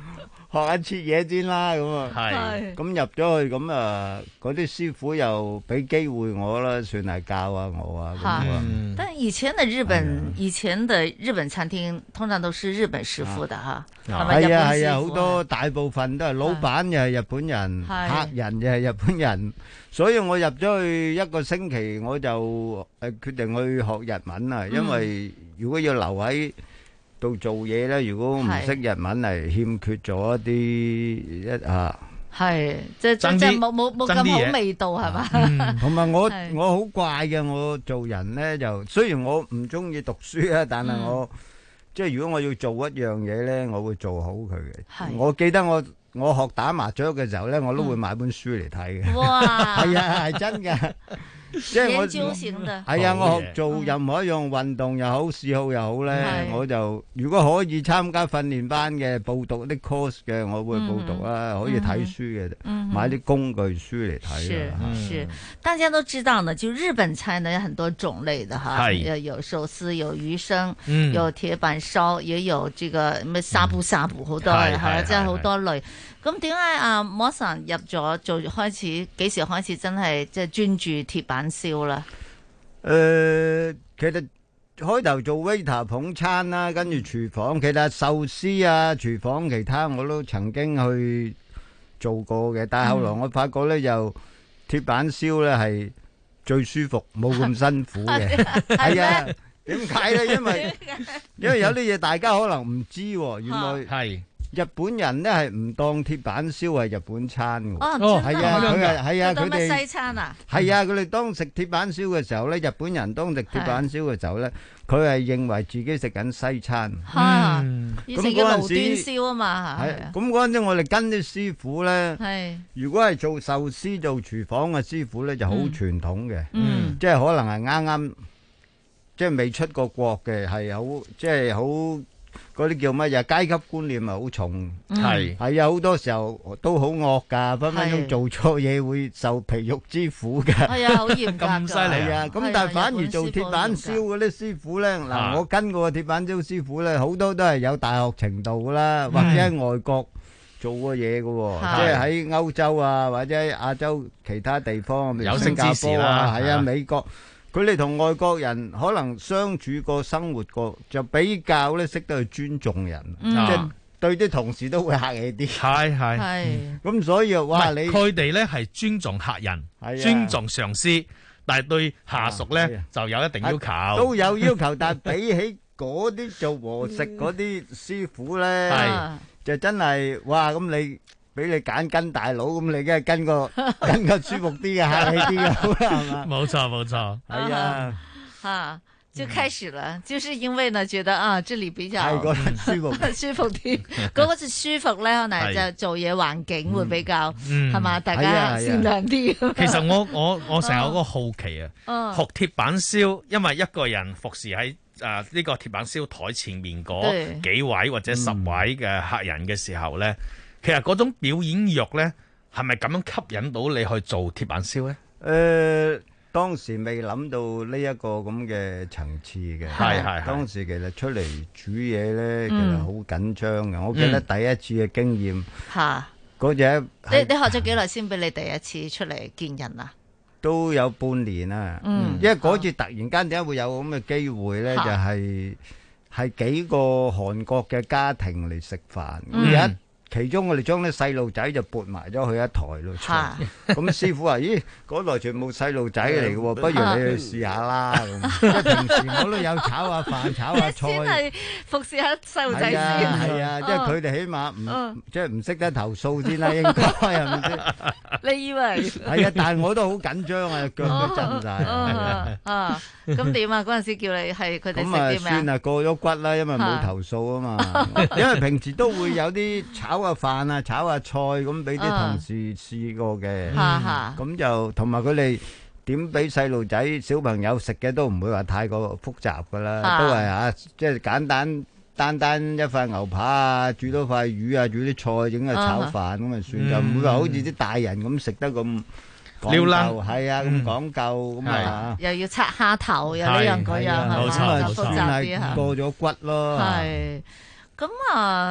學下切嘢先啦，咁啊， 係咁入咗去，咁啊，嗰啲師傅又俾機會我啦，算係教下我啊，咁啊。 但以前的日本餐廳通常都是日本師傅的哈，係咪日本師傅？ 係啊，好多大部分都係老闆又係日本人，客人又係日本人，所以我入咗去一個星期，我就決定去學日文啊，因為如果要留喺度做嘢咧，如果唔識日文係欠缺咗一啲係即係冇咁好味道係嘛？ 同埋我好怪嘅，我做人咧就雖然我唔中意讀書啊，但係我即係如果我要做一樣嘢咧，我會做好佢嘅。我記得我學打麻雀嘅時候咧，我都會買本書嚟睇嘅。哇！係啊，係真㗎。即係我係啊！我學做任何一樣運動又好，嗜好又好咧，我就如果可以參加訓練班嘅，報讀啲 course 嘅，我會報讀啦。可以睇書嘅，買啲工具書嚟睇。 是，大家都知道呢，就日本菜呢有很多種類的哈，有壽司，有魚生，有鐵板燒，也有這個咩沙布好多係啦，即係好多類。咁點解阿摩神入咗做開始？幾時開始真係即係專注鐵板燒啦？ 其實開頭做 waiter 捧餐啦，跟住廚房，其實壽司啊、廚房其他我都曾經去做過嘅，但係後來我發覺咧，就鐵板燒咧係最舒服，冇咁辛苦嘅。係啊，點解咧？因為有啲嘢大家可能唔知，原來係。日本人咧係唔當鐵板燒係日本餐嘅。係啊，佢哋西餐啊。係啊，佢哋當食鐵板燒嘅時候咧，日本人當食鐵板燒嘅時候咧，佢係認為自己食緊西餐。 以前叫爐端燒啊嘛。 係。咁嗰陣時我哋跟啲師傅咧，如果係做壽司做廚房嘅師傅咧，就好傳統嘅。即係可能係啱啱即係未出過國嘅，係好即係好。嗰啲叫乜嘢？階級觀念係好重，係啊，好多時候都好惡㗎，分分鐘做錯嘢會受皮肉之苦㗎。 係啊，好嚴格㗎。 咁犀利啊！咁但係反而做鐵板燒嗰啲師傅咧，嗱，我跟過鐵板燒師傅咧，好多都係有大學程度啦，或者喺外國做過嘢㗎喎，即係喺歐洲啊，或者喺亞洲其他地方， 有識之士啦， 係啊，美國。佢哋同外國人可能相處過、生活過，就比較咧識得去尊重人，即係對啲同事都會客氣啲。 係。 咁所以哇， 佢哋咧係尊重客人、尊重上司，但係對下屬咧就有一定要求。 都有要求，但係比起嗰啲做和食嗰啲師傅咧，就真係哇！咁你。俾你揀跟大佬，咁你梗係跟個舒服啲嘅、客氣啲嘅好啦，係嘛？ 冇錯， 係啊，就開始了，就是因為呢，覺得啊，這裡比較舒服啲，嗰個是舒服咧，可能就做嘢環境會比較係嘛，大家善良啲。 其實我成日有個好奇啊，學鐵板燒，因為一個人服侍喺呢個鐵板燒台前面嗰幾位或者10位嘅客人嘅時候咧。其實嗰種表演欲咧，係咪咁樣吸引到你去做鐵板燒咧？ 當時未諗到呢一個咁嘅層次嘅， 係。 當時其實出嚟煮嘢咧，其實好緊張嘅。我記得第一次嘅經驗，嗰隻你學咗幾耐先俾你第一次出嚟見人啊？ 都有半年啦。因為嗰次突然間點解會有咁嘅機會咧？就係幾個韓國嘅家庭嚟食飯，其中我哋將啲細路仔就撥埋咗去一台咯，咁師傅話：咦，嗰台全部細路仔嚟嘅喎，不如你去試下啦。咁平時我都有炒下飯、炒下菜， 先係服侍下細路仔先。 係啊，即係佢哋起碼即係唔識得投訴先啦，應該係咪先？ 你以為？ 係啊，但係我都好緊張啊，腳都震晒。 咁點啊？嗰陣時叫你係佢哋食啲咩啊？ 咁算係過咗骨啦，因為冇投訴啊嘛。因為平時都會有啲炒下飯啊，炒下菜咁俾啲同事試過嘅。咁就同埋佢哋點俾細路仔小朋友食嘅都唔會話太過複雜噶啦，都係即係簡單單單一塊牛扒啊，煮多塊魚啊，煮啲菜整個炒飯咁啊算，就唔會話好似啲大人咁食得咁講究，係啊，咁講究咁啊， 又要拆蝦頭，又呢樣嗰樣，係嘛，複雜啲嚇， 過咗骨咯。 係咁啊。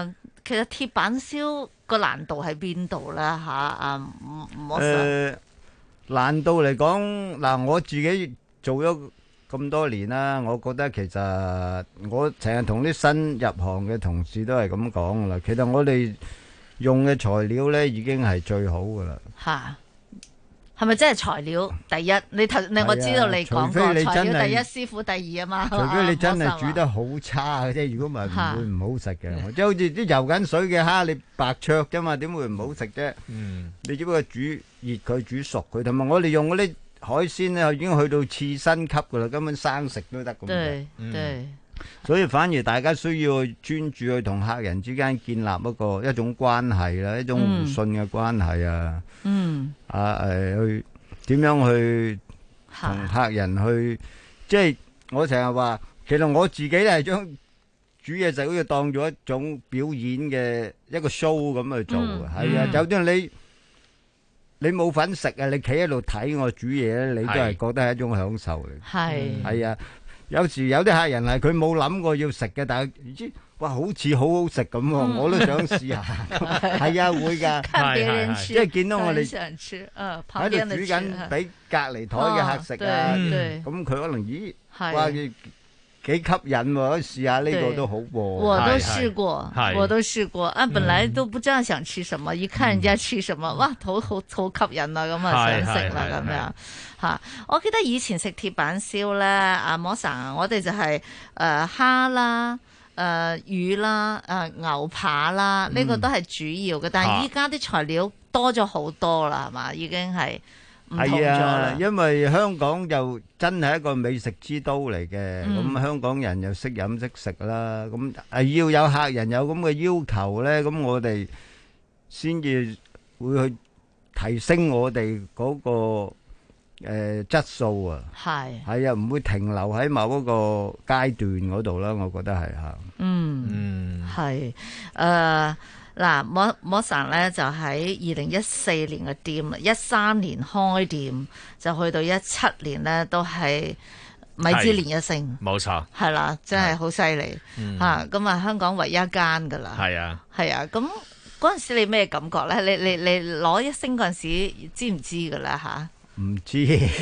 其實鐵板燒個難度喺邊度咧？唔好講。 難度嚟講，嗱，我自己做咗咁多年啦，我覺得其實我成日同啲新入行嘅同事都係咁講噶啦。其實我哋用嘅材料咧已經係最好噶啦。 嚇，係咪真係材料第一？我知道你講過材料第一，師傅第二啊嘛。 除非你真係煮得好差嘅啫，如果唔係唔會唔好食嘅。即係好似啲游緊水嘅蝦，你白灼啫嘛，點會唔好食啫？你只不過煮熱佢、煮熟佢，同埋我哋用嗰啲海鮮咧，已經去到刺身級噶啦，根本生食都得咁嘅。 對。 所以反而大家需要去專注去同客人之間建立一種關係啦，一種互信嘅關係啊。去點樣去同客人去，即係我成日話，其實我自己咧係將煮嘢食好似當咗一種表演嘅一個 show 咁去做嘅。係啊，就算你冇份食啊，你企喺度睇我煮嘢咧，你都係覺得係一種享受嚟。係啊。有時有啲客人係佢冇諗過要食嘅，但係唔知哇好似好好食咁喎，我都想試下。係啊，會㗎，即係見到我哋喺度煮緊俾隔離台嘅客食啊，咁佢可能咦哇幾吸引喎，試下呢個都好喎。 我都試過啊，本來都不知道想吃什麼，一看人家吃什麼，哇，好吸引啊，咁啊想食啦咁樣。嚇！我記得以前食鐵板燒咧，阿摩神，我哋就係蝦啦、魚啦、牛扒啦，呢個都係主要嘅。但係依家啲材料多咗好多啦，係嘛？已經係唔同咗啦。 因為香港就真係一個美食之都嚟嘅，咁香港人又識飲識食啦，咁要有客人有咁嘅要求咧，咁我哋先至會去提升我哋嗰個質素啊，係啊，唔會停留喺某一個階段嗰度啦，我覺得係嚇。 係嗱，摩神咧就喺2014年嘅店啦，13年開店，就去到17年咧都係米芝蓮一星， 冇錯， 係啦，真係好犀利嚇。咁啊，香港唯一一間噶啦，係啊，咁嗰陣時你咩感覺咧？你攞一星嗰陣時知唔知噶啦嚇？ 唔知，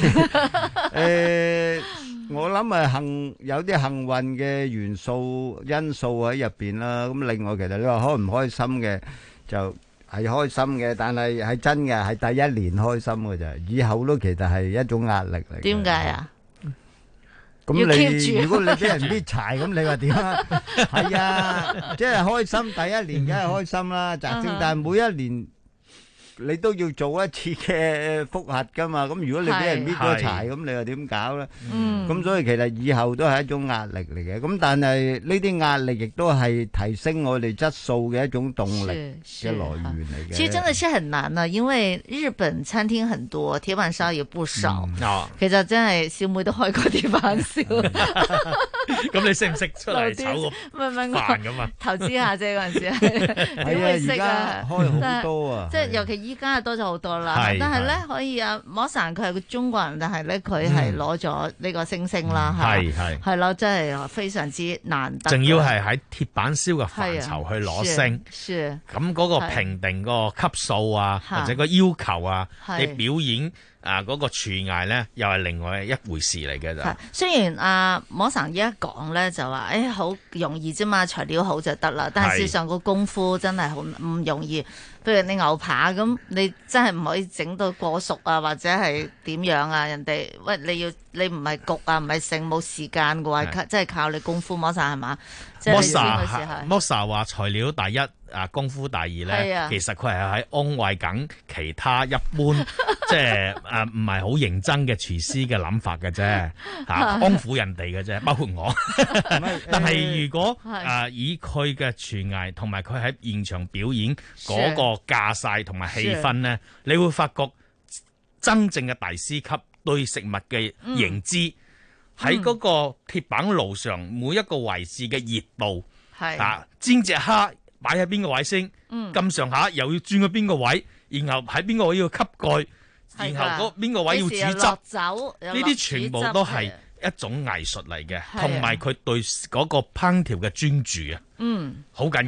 我諗係有啲幸運嘅因素喺入邊啦。咁另外其實你話開唔開心嘅，就係開心嘅，但係係真嘅，係第一年開心嘅啫，以後都其實係一種壓力嚟。 點解啊？ 咁你如果你俾人搣柴，咁你話點啊？係啊，即係開心第一年梗係開心啦，但係每一年你都要做一次嘅複核噶嘛，咁如果你俾人搣咗柴，咁你又點搞咧？咁所以其實以後都係一種壓力嚟嘅，咁但係呢啲壓力亦都係提升我哋質素嘅一種動力嘅來源嚟嘅。 其實真的是很難啊，因為日本餐廳很多，鐵板燒也不少。其實真係小妹都開過鐵板燒。 咁你識唔識出嚟炒個飯咁啊？ 投資下啫嗰陣時，點會識啊？ 開好多啊！ 即係尤其依家多咗好多啦，但係咧可以啊，摩神佢係個中國人，但係咧佢係攞咗呢個星啦，係咯，真係非常之難得。 仲要係喺鐵板燒嘅範疇去攞星，咁嗰個評定個級數啊，或者個要求啊，你表演嗰個廚藝咧，又係另外一回事嚟嘅就。 雖然摩神一講咧就話，好容易啫嘛，材料好就得啦，但係事實上個功夫真係好唔容易。譬如你牛扒咁，你真係唔可以整到過熟啊，或者係點樣啊？人哋喂你唔係焗啊，唔係剩冇時間嘅話，真係靠你功夫。摩神係嘛？ 摩神話材料第一。功夫第二咧，其實佢係喺安慰緊其他一般即係唔係好認真嘅廚師嘅諗法嘅啫，安撫人哋嘅啫，包括我。但係如果以佢嘅廚藝同埋佢喺現場表演嗰個架勢同埋氣氛咧，你會發覺真正嘅大師級對食物嘅認知喺嗰個鐵板爐上每一個位置嘅熱度，煎隻蝦。擺喺邊個位先？咁上下又要轉去邊個位，然後喺邊個位要吸蓋，然後邊個位要煮汁，呢啲全部都係一種藝術嚟嘅，同埋佢對嗰個烹調嘅專注啊，好緊要。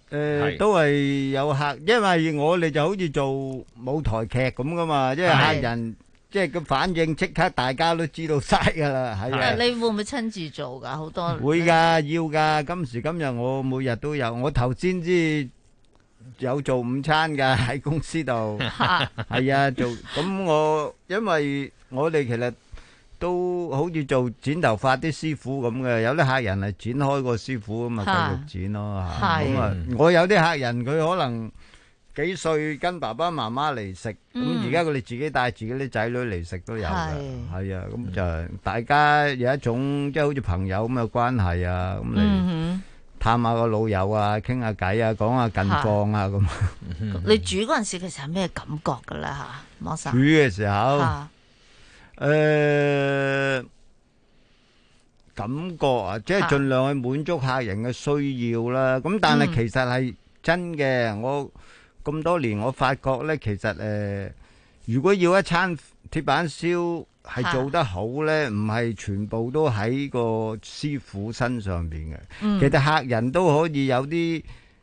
都係有客，因為我哋就好似做舞台劇咁噶嘛，即係客人即係個反應即刻大家都知道晒噶啦，係啊。 你會唔會親自做噶？好多會噶，要噶。今時今日我每日都有，我頭先知有做午餐噶喺公司度，係啊做。咁我因為我哋其實都好似做剪頭髮啲師傅咁嘅，有啲客人係剪開個師傅咁啊，繼續剪咯。咁啊，我有啲客人佢可能幾歲跟爸爸媽媽嚟食，咁而家佢哋自己帶自己啲仔女嚟食都有嘅，係啊，咁就大家有一種即係好似朋友咁嘅關係啊，咁嚟探下個老友啊，傾下偈啊，講下近況啊咁。 你煮嗰陣時其實係咩感覺㗎咧嚇，魔生？ 煮嘅時候，感覺啊，即係盡量去滿足客人嘅需要啦。咁但係其實係真嘅，我咁多年我發覺咧，其實如果要一餐鐵板燒係做得好咧，唔係全部都喺個師傅身上邊嘅。其實客人都可以有啲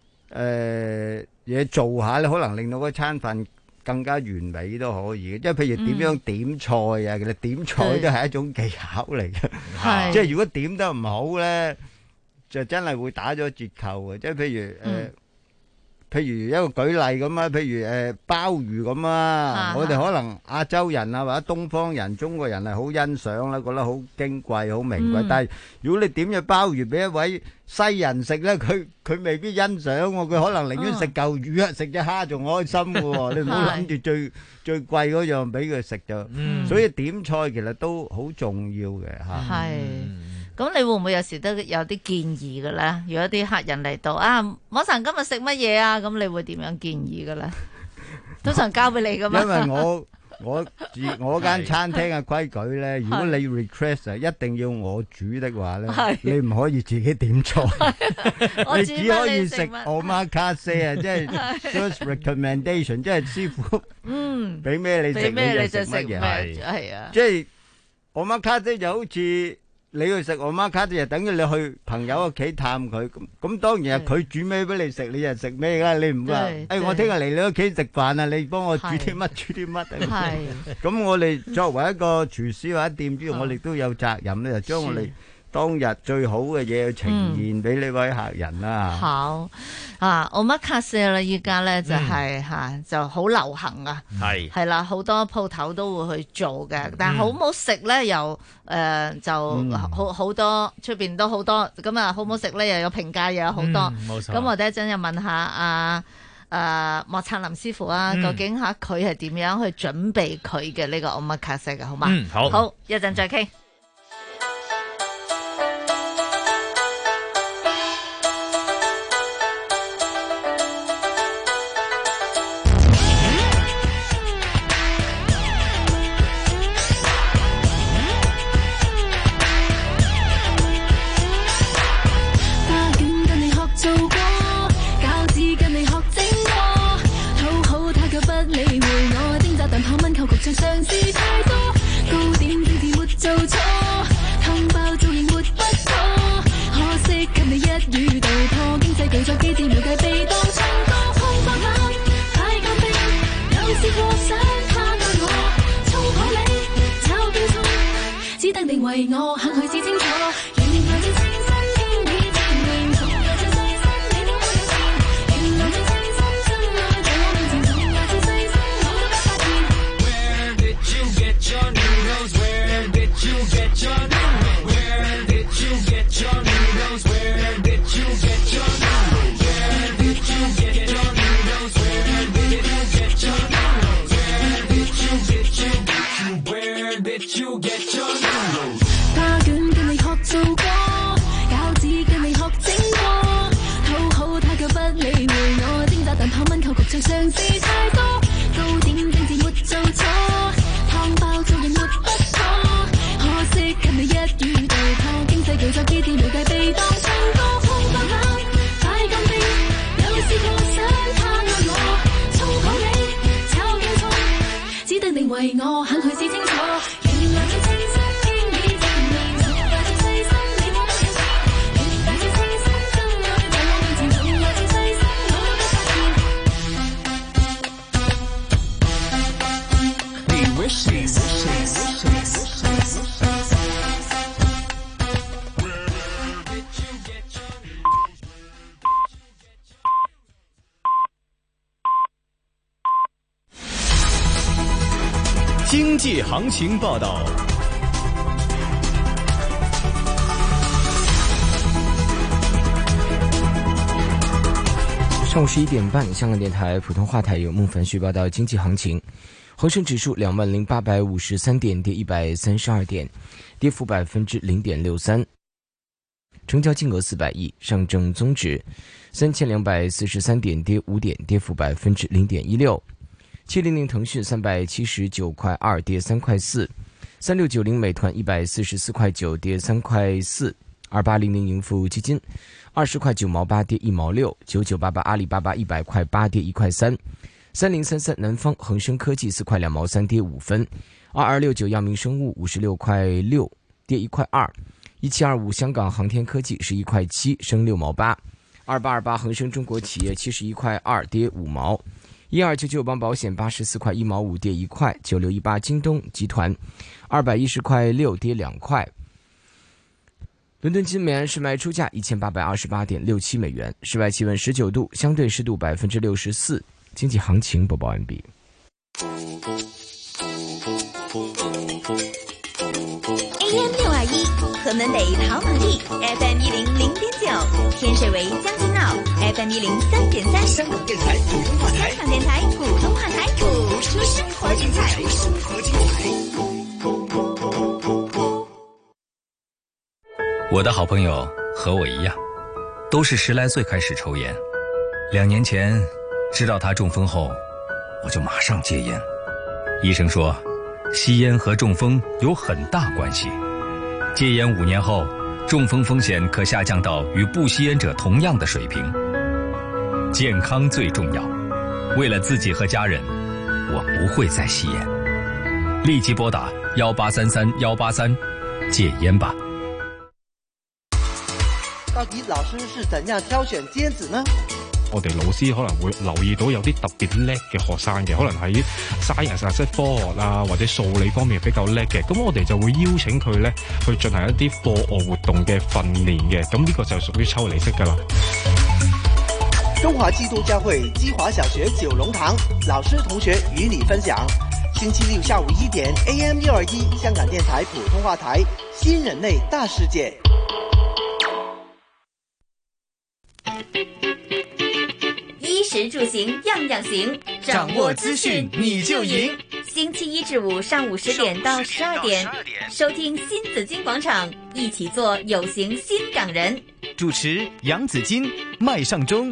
嘢做下咧，可能令到嗰餐飯更加完美都可以嘅。即係譬如點樣點菜啊，其實點菜都係一種技巧嚟嘅。即係如果點得唔好咧，就真係會打咗折扣嘅。即係譬如一個舉例咁啊，譬如鮑魚咁啊，我哋可能亞洲人啊或者東方人、中國人係好欣賞啦，覺得好矜貴、好名貴。但係如果你點隻鮑魚俾一位西人食咧，佢未必欣賞喎，佢可能寧願食嚿魚啊，食隻蝦仲開心嘅喎。你唔好諗住最貴嗰樣俾佢食就。所以點菜其實都好重要嘅嚇。 係。咁你會唔會有時都有啲建議嘅咧？如果啲客人嚟到啊，魔神今日食乜嘢啊？咁你會點樣建議嘅咧？通常交俾你噶嘛？ 因為我間餐廳嘅規矩咧，如果你 request 啊，一定要我煮的話咧，你唔可以自己點菜，你只可以食 omakase 啊，即係 first recommendation， 即係師傅俾咩你食你就食乜嘢， 係啊， 即係 omakase就好似。你去食我媽卡就等於你去朋友屋企探佢，咁當然係佢煮咩俾你食，你就食咩㗎？你唔話，我聽日嚟你屋企食飯啊，你幫我煮啲乜煮啲乜啊？咁我哋作為一個廚師或者店主，我哋都有責任咧，就將我哋當日最好嘅嘢去呈現俾呢位客人啦。 好啊，omakase啦，依家咧就係就好流行啊，係啦，好多鋪頭都會去做嘅，但係好唔好食咧又就好多出邊都好多，咁啊好唔好食咧又有評價又有好多，冇錯。咁我哋一陣又問下莫燦林師傅啊，究竟佢係點樣去準備佢嘅呢個 omakase 嘅，好嘛？好，一陣再傾。 為我行去至清楚，原來這青春天已證明，從來最細心你都沒有變，原來最清新真愛在我面前，從來最細心我都不發現。Where did you get your noodles? Where did you get your noodles? Where did you get your noodles? Where did you get your noodles? Where did you get your noodles? Where did you get your noodles? Where did you get your noodles? Where did you get your noodles? 花卷跟你學做過，餃子跟你學整過，討好他卻不理會我，掙扎但泡炆扣焗腸嘗試太多，糕點精緻沒做錯，湯包做人沒不錯，可惜給你一語道破，經濟巨作機電無計被當唱歌，空發冷快咁變，有試過想他愛我，衝好你炒京葱，只得你為我肯去試清楚，原來最清新。Where 经济行情报道。 上午11点半，香港电台普通话台由孟凡旭报道经济行情。恒生指数20,853点，跌132点，跌幅0.63%。成交金额400亿。上证综指3243点，跌5点，跌幅0.16%。700腾讯379块2，跌3块4。3690美团144块9，跌3块4。2800盈富基金20块9毛8，跌1毛6。9988阿里巴巴100块8，跌1块3。3033南方恒生科技4块2毛3，跌5分。2269药明生物56块6，跌1块2。1725香港航天科技11块7，升6毛8。2828恒生中国企业71块2，跌5毛。1299邦保险84块1毛5，跌1块。9618京东集团210块6，跌2块。伦敦金每安士卖出价1828.67美元，室外气温19度，相对湿度64%。经济行情播报完毕。 AM621河门北跑马地 FM 100.9，天水围将军澳 FM 103.3，香港电台普通话台，香港电台普通话台，播出生活精彩。 我的好朋友和我一样，都是10来岁开始抽烟。2年前知道他中风后，我就马上戒烟。医生说，吸烟和中风有很大关系。戒烟5年后，中风风险可下降到与不吸烟者同样的水平。健康最重要，为了自己和家人，我不会再吸烟。立即拨打1833183，戒烟吧。 到底老師是怎樣挑選尖子呢？ 我哋老師可能會留意到有啲特別叻嘅學生嘅，可能喺 science 即係科學啊或者數理方面比較叻嘅，咁我哋就會邀請佢咧去進行一啲課外活動嘅訓練嘅，咁呢個就屬於抽離式㗎啦。 中華基督教會基華小學九龍塘老師同學與你分享，星期六下午1點 AM621 香港電台普通話台新人類大世界。 衣食住行樣樣行， 掌握資訊你就贏。 星期一至五上午10點到12點，收聽新紫荊廣場，一起做有型新港人。 主持楊紫荊、麥尚中。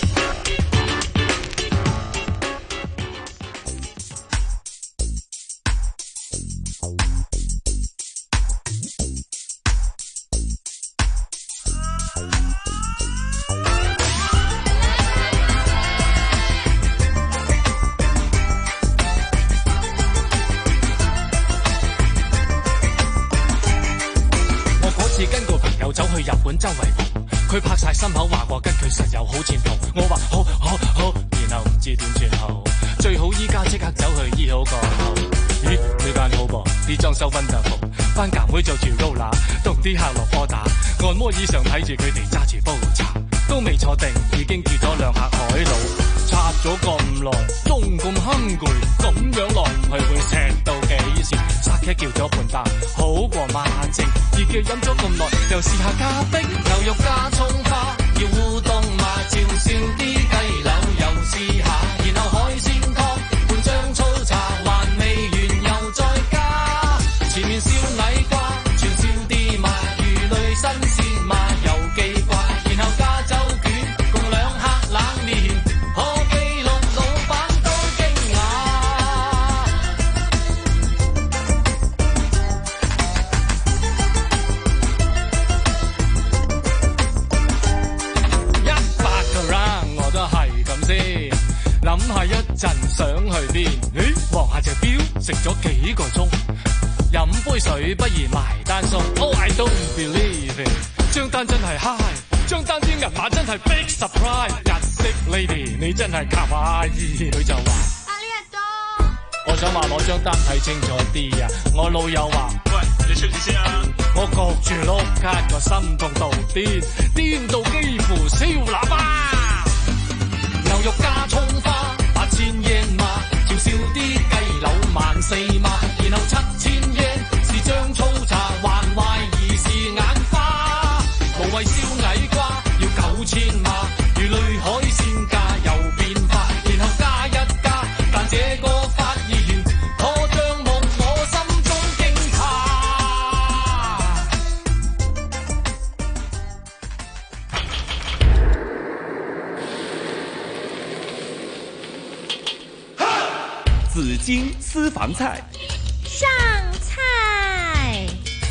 走去日本周圍蒲，佢拍晒心口話過跟佢實有好前途。我話好，然後唔知點轉後，最好依家即刻走去醫好個頭。咦，呢間好噃，啲裝修 wonderful， 班夾妹做住 roller， 同啲客落波打，按摩椅上睇住佢哋揸住煲茶，都未坐定已經叫咗2客海佬，拆咗咁耐，仲咁 hungry， 咁樣落唔係會食到幾時？沙茄叫咗半打，好過馬正。熱嘅飲咗咁耐，又試下咖啡，牛肉加葱花，要烏冬嘛，照燒啲雞柳又試下，然後海鮮湯半張粗茶，還未完又再加，前面燒矮瓜，串燒啲嘛，魚類新鮮嘛，又記掛，然後加州卷，共2客冷麵，可記錄老闆都驚訝。諗下一陣想去邊？望下隻錶，食咗幾個鐘，飲杯水不如埋單送。Oh I don't believe it， 張單真係 high， 張單啲銀碼真係 big surprise。日式 lady 你真係卡哇伊，佢就話阿呢日多。我想話攞張單睇清楚啲啊！我老友話喂，你出住先啊！我焗住碌卡個心痛到癲到幾乎燒喇叭。牛肉加葱花，8000yen嘛，照燒啲雞柳14萬。 紫荆私房菜。 上菜。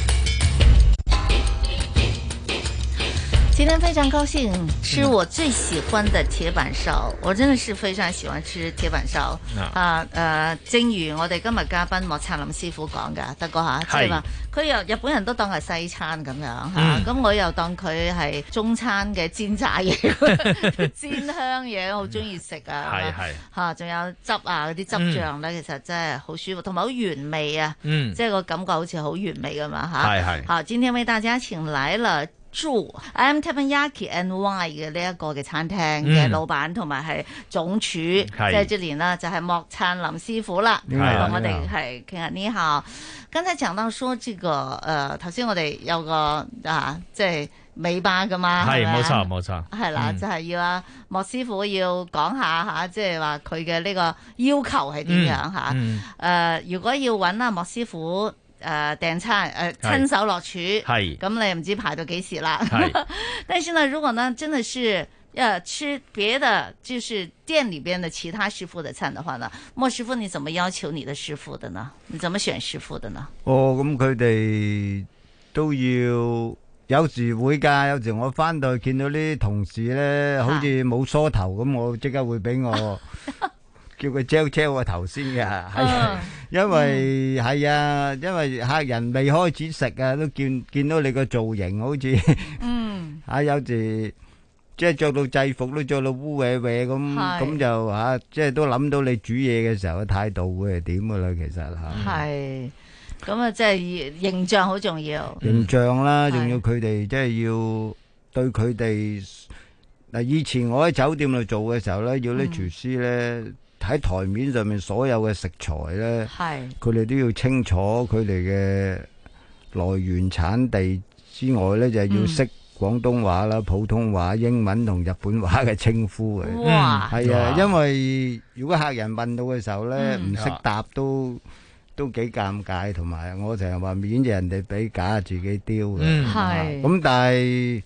今天非常高興吃我最喜歡的鐵板燒，我真的是非常喜歡吃鐵板燒。正如我哋今日嘉賓莫燦林師傅講㗎，德哥嚇，即係話佢又日本人都當係西餐咁樣嚇，咁我又當佢係中餐嘅煎炸嘢、煎香嘢，好中意食啊。係嚇，仲有汁啊嗰啲汁醬咧，其實真係好舒服，同埋好原味啊。即係個感覺好似好原味㗎嘛嚇。係。好，今天為大家請來了住 I'm Teppanyaki and Wine 嘅呢一個嘅餐廳嘅老闆同埋係總廚，在這裡呢就係莫燦林師傅啦，同我哋係傾下呢下。剛才講到說這個頭先我哋有個即係尾巴噶嘛，係冇錯冇錯，係啦，就係要阿莫師傅要講下嚇，即係話佢嘅呢個要求係點樣嚇？如果要揾阿莫師傅訂餐親手落廚，咁你唔知排到幾時啦。但是呢，如果呢真的是吃別的，就是店裏邊的其他師傅的餐的話呢，莫師傅你怎麼要求你的師傅的呢？你怎麼選師傅的呢？咁佢哋都要有時會㗎，有時我翻到去見到啲同事咧，好似冇梳頭咁，我即刻會俾我。叫佢gel個頭先嘅，係因為係啊，因為客人未開始食啊，都見到你個造型好似，有時即係着到制服都着到烏歪歪咁就即係都諗到你煮嘢嘅時候嘅態度會係點噶啦，其實嚇。係，咁啊，即係形象好重要。形象啦，仲要佢哋即係要對佢哋嗱，以前我喺酒店度做嘅時候咧，要啲廚師咧。喺台面上面所有嘅食材咧，佢哋都要清楚佢哋嘅來源產地之外咧，就係要識廣東話啦、普通話、英文同日本話嘅稱呼嘅。哇！係啊，因為如果客人問到嘅時候咧，唔識答都幾尷尬，同埋我成日話面就人哋俾，假自己丟嘅。係。咁但係。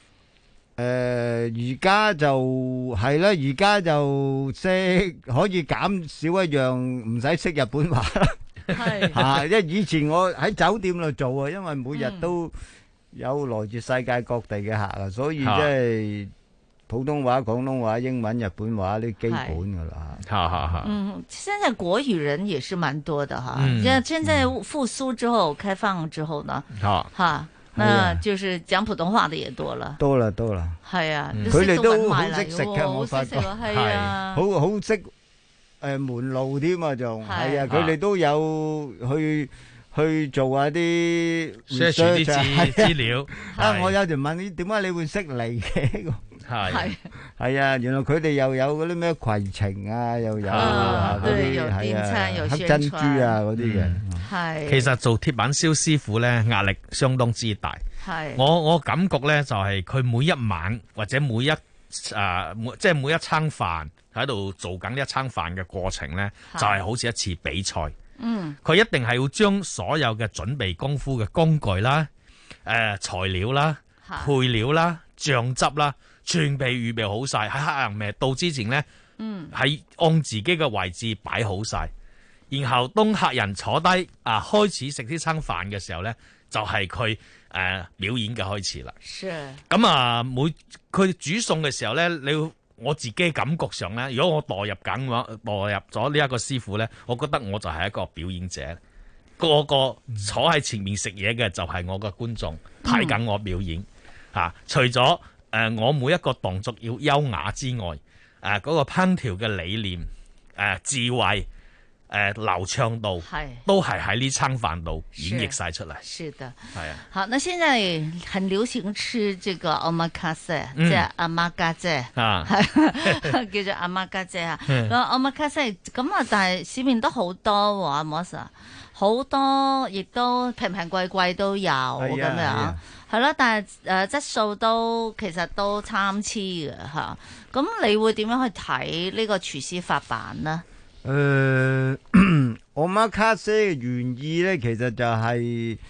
而家就係啦，而家就識可以減少一樣，唔使識日本話啦。係吓，因為以前我喺酒店度做啊，因為每日都有來自世界各地嘅客啊，所以即係普通話、廣東話、英文、日本話呢基本噶啦。哈。現在國語人也是蠻多的哈。現在復甦之後、開放之後呢？哈。那就是講普通話的也多了，多啦，係啊，佢哋都好識食嘅，我發覺係啊，好識門路添啊，仲係啊，佢哋都有去做下啲 search 啲資料。我有時問你點解你會識嚟嘅？係啊，原來佢哋又有嗰啲咩攜程啊，又有嗰啲係啊，黑珍珠啊嗰啲嘅。係，其實做鐵板燒師傅咧，壓力相當之大。係，我感覺咧就係佢每一晚或者每一餐飯喺度做緊一餐飯嘅過程咧，就係好似一次比賽。佢一定係要將所有嘅準備功夫嘅工具啦、材料啦、配料啦、醬汁啦，全部預備好晒，喺客人未到之前咧，係按自己嘅位置擺好晒。然後當客人坐低開始食呢餐飯嘅時候咧，就係佢表演嘅開始啦。咁佢煮餸嘅時候咧，我自己感覺上咧，如果我代入咗呢一個師傅咧，我覺得我就係一個表演者。個坐喺前面食嘢嘅就係我嘅觀眾，睇緊我表演。除咗我每一個動作要優雅之外，嗰個烹調嘅理念、智慧。流暢度都係喺呢餐飯度演繹晒出嚟。是的，係啊。好，那現在很流行吃這個 omakase，即係阿媽家姐啊，叫做阿媽家姐啊。個 omakase 咁啊，但係市面都好多喎，阿 Mosa，好多亦都平平貴貴都有咁樣，係咯。但係質素都其實都參差嘅嚇。咁你會點樣去睇呢個廚師發辦呢？omakase 嘅原意咧，其實就係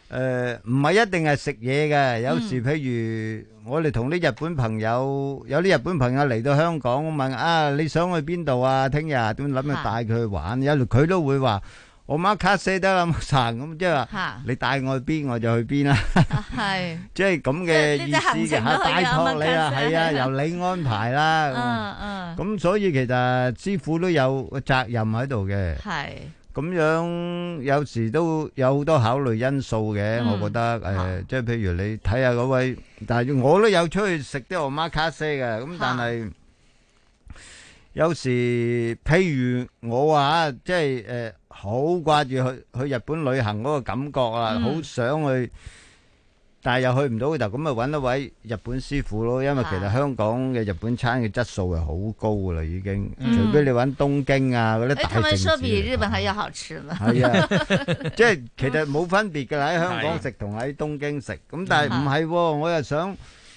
唔係一定係食嘢嘅，有時譬如我哋同啲日本朋友，有啲日本朋友嚟到香港問啊，你想去邊度啊？聽日點諗住帶佢去玩？有時佢都會話我媽卡西得啦，冇散咁，即係話你帶我去邊我就去邊啦。係，即係咁嘅意思嘅嚇，帶託你啊，係啊，由你安排啦。咁所以其實師傅都有個責任喺度嘅。係。咁樣有時都有好多考慮因素嘅，我覺得即係譬如你睇下嗰位，但係我都有出去食啲omakase嘅，咁但係有時譬如我話即係好掛住去日本旅行嗰個感覺啊，好想去。但係又去唔到嗰度，咁咪揾一位日本師傅咯。因為其實香港嘅日本餐嘅質素係好高噶啦，已經。除非你揾東京啊嗰啲大城市。他們說比日本還要好吃呢。係啊，即係其實冇分別㗎啦，喺香港食同喺東京食。咁但係唔係喎，我又想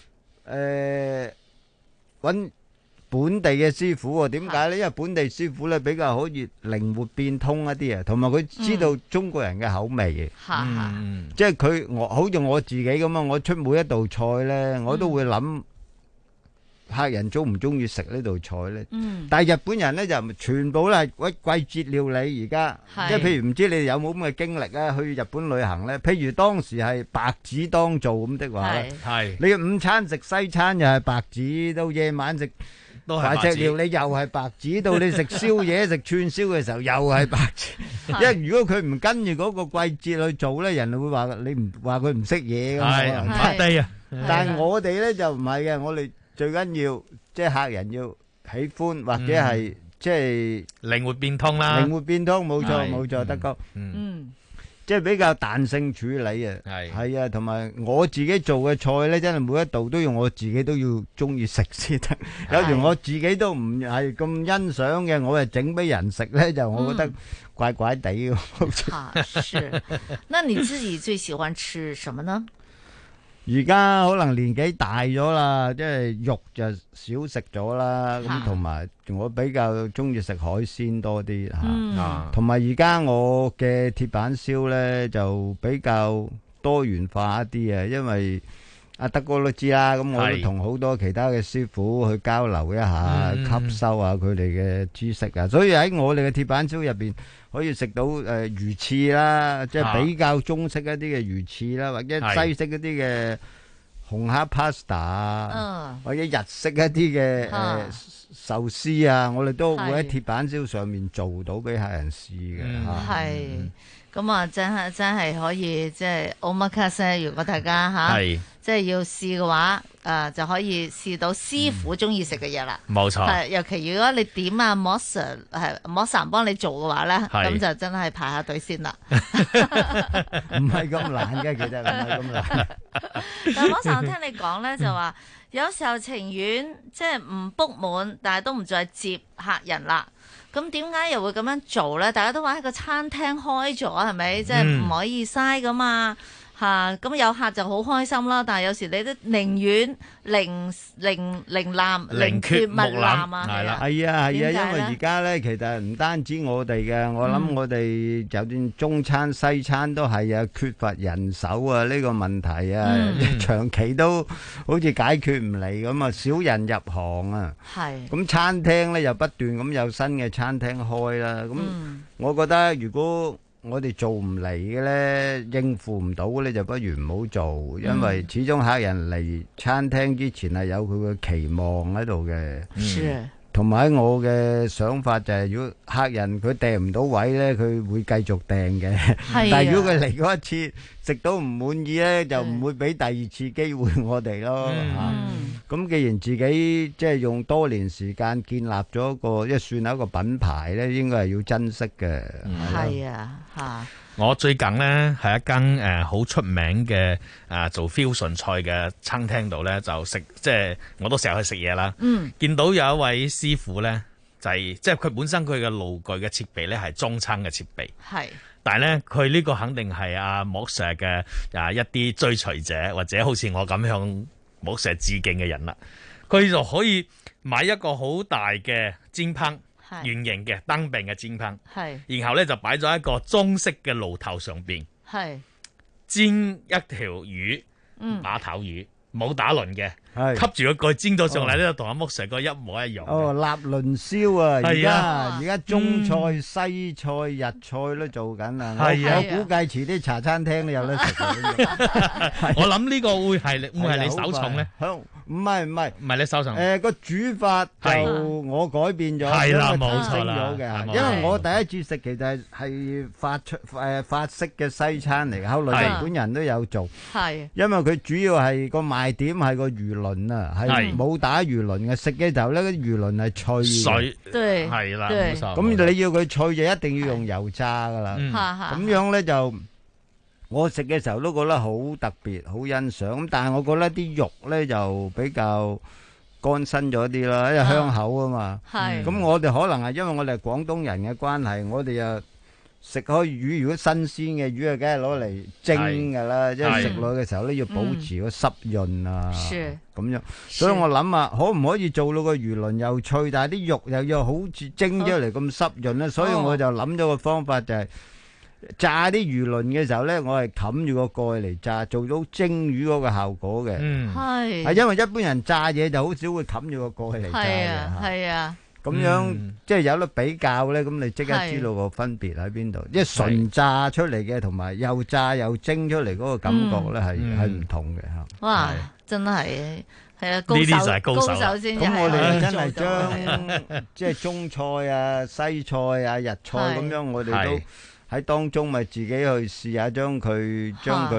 揾本地嘅師傅喎，點解咧？因為本地師傅咧比較可以靈活變通一啲啊，同埋佢知道中國人嘅口味嘅，即係佢好似我自己咁啊！我出每一道菜咧，我都會諗客人中唔中意食呢道菜咧。但係日本人咧就全部都係季節料理而家，即係譬如唔知你哋有冇咁嘅經歷咧？去日本旅行咧，譬如當時係白紙當造咁的話咧，你嘅午餐食西餐又係白紙，到夜晚食快隻料理又係白紙，到你食宵夜食串燒嘅時候又係白紙。因為如果佢唔跟住嗰個季節去做咧，人哋會話你唔話佢唔識嘢咁。係發低啊！但係我哋咧就唔係嘅，我哋最緊要即係客人要喜歡或者係即係靈活變通啦。靈活變通冇錯冇錯，德哥。即係比較彈性處理啊，係啊，同埋我自己做嘅菜咧，真係每一道都要我自己都要中意食先得。有時我自己都唔係咁欣賞嘅，我係整俾人食咧，就我覺得怪怪地嘅。 是，那你自己最喜歡吃什麼呢？ 而家可能年紀大咗啦，即係肉就少食咗啦，咁同埋我比較中意食海鮮多啲嚇，同埋而家我嘅鐵板燒呢就比較多元化一啲啊，因為阿德哥都知啦，咁我都同好多其他嘅師傅去交流一下，吸收下佢哋嘅知識啊，所以喺我哋嘅鐵板燒入邊可以食到魚翅啦，即係比較中式一啲嘅魚翅啦，或者西式一啲嘅紅蝦 pasta 啊，或者日式一啲嘅壽司啊，我哋都會喺鐵板燒上面做到俾客人試嘅嚇。係， 咁啊真係可以即係 omakase， 如果大家嚇。即係要試嘅話，就可以試到師傅中意食嘅嘢啦。冇錯，係尤其如果你點啊莫 Sir 係莫 Sir 幫你做嘅話咧，咁就真係排下隊先啦。 唔係咁難嘅，其實唔係咁難。 但莫 Sir 我聽你講咧，就話有時候情願即係唔 book 滿，但係都唔再接客人啦。咁點解又會咁樣做咧？大家都話喺個餐廳開咗係咪？即係唔可以嘥噶嘛。咁有客就好開心啦，但係有時你都寧願寧缺勿濫啊，係啦， 係啊，因為而家咧其實唔單止我哋嘅，我諗我哋就算中餐西餐都係啊，缺乏人手啊呢個問題啊，長期都好似解決唔嚟咁啊，少人入行啊，係，咁餐廳咧又不斷咁有新嘅餐廳開啦，咁我覺得如果我哋做唔嚟嘅咧，應付唔到咧，就不如唔好做，因為始終客人嚟餐廳之前係有佢嘅期望喺度嘅。同埋喺我嘅想法就係，如果客人佢訂唔到位咧，佢會繼續訂嘅。但係如果佢嚟過一次食到唔滿意咧，就唔會俾第二次機會我哋咯。咁既然自己即係用多年時間建立咗一個，即係算係一個品牌咧，應該係要珍惜嘅。係啊，嚇！ 我最近呢，喺一間好出名嘅做 fusion 菜嘅餐廳度咧，就食即係我都成日去食嘢啦。見到有一位師傅咧，就係即係佢本身佢嘅爐具嘅設備咧係中餐嘅設備。係，但係咧佢呢個肯定係阿莫 Sir 嘅一啲追隨者，或者好似我咁向莫 Sir 致敬嘅人啦。佢就可以買一個好大嘅煎烹。圓形嘅燈柄嘅煎烹，然後咧就擺咗一個中式嘅爐頭上邊， 煎一條魚，馬頭魚。冇打輪嘅，吸住個蓋煎咗上嚟咧，同阿木 Sir 個一模一樣。 哦，立輪燒啊！而家中菜、西菜、日菜都做緊啦。我估計遲啲茶餐廳都有得食。 我諗呢個會係你手重咧？ 唔係你手重。 個煮法就我改變咗， 係啦，冇錯啦。 因為我第一次食其實係法式嘅西餐嚟嘅，後來日本人都有做。係，因為佢主要係個賣點係個魚鱗啊，係冇打魚鱗嘅。食嘅時候咧，啲魚鱗係脆嘅。 對，係啦，冇錯。 咁你要佢脆就一定要用油炸噶啦。咁樣咧就我食嘅時候都覺得好特別，好欣賞。咁但係我覺得啲肉咧就比較乾身咗啲啦，因為香口啊嘛。係。咁我哋可能係因為我哋係廣東人嘅關係，我哋又食開魚，如果新鮮嘅魚啊，梗係攞嚟蒸噶啦。即係食落嘅時候咧，要保持個濕潤啊。咁樣，所以我諗啊，可唔可以做到個魚鱗又脆，但係啲肉又要好似蒸咗嚟咁濕潤咧？所以我就諗咗個方法，就係炸啲魚鱗嘅時候咧，我係冚住個蓋嚟炸，做到蒸魚嗰個效果嘅。係因為一般人炸嘢就好少會冚住個蓋嚟炸嘅。 係啊。 咁樣即係有得比較咧，咁你即刻知道個分別喺邊度。即係純炸出嚟嘅，同埋又炸又蒸出嚟嗰個感覺咧，係唔同嘅嚇。 哇！真係啊，高手， 呢啲就係高手先。 咁我哋真係將即係中菜啊、西菜啊、日菜咁樣，我哋都喺當中咪自己去試下將佢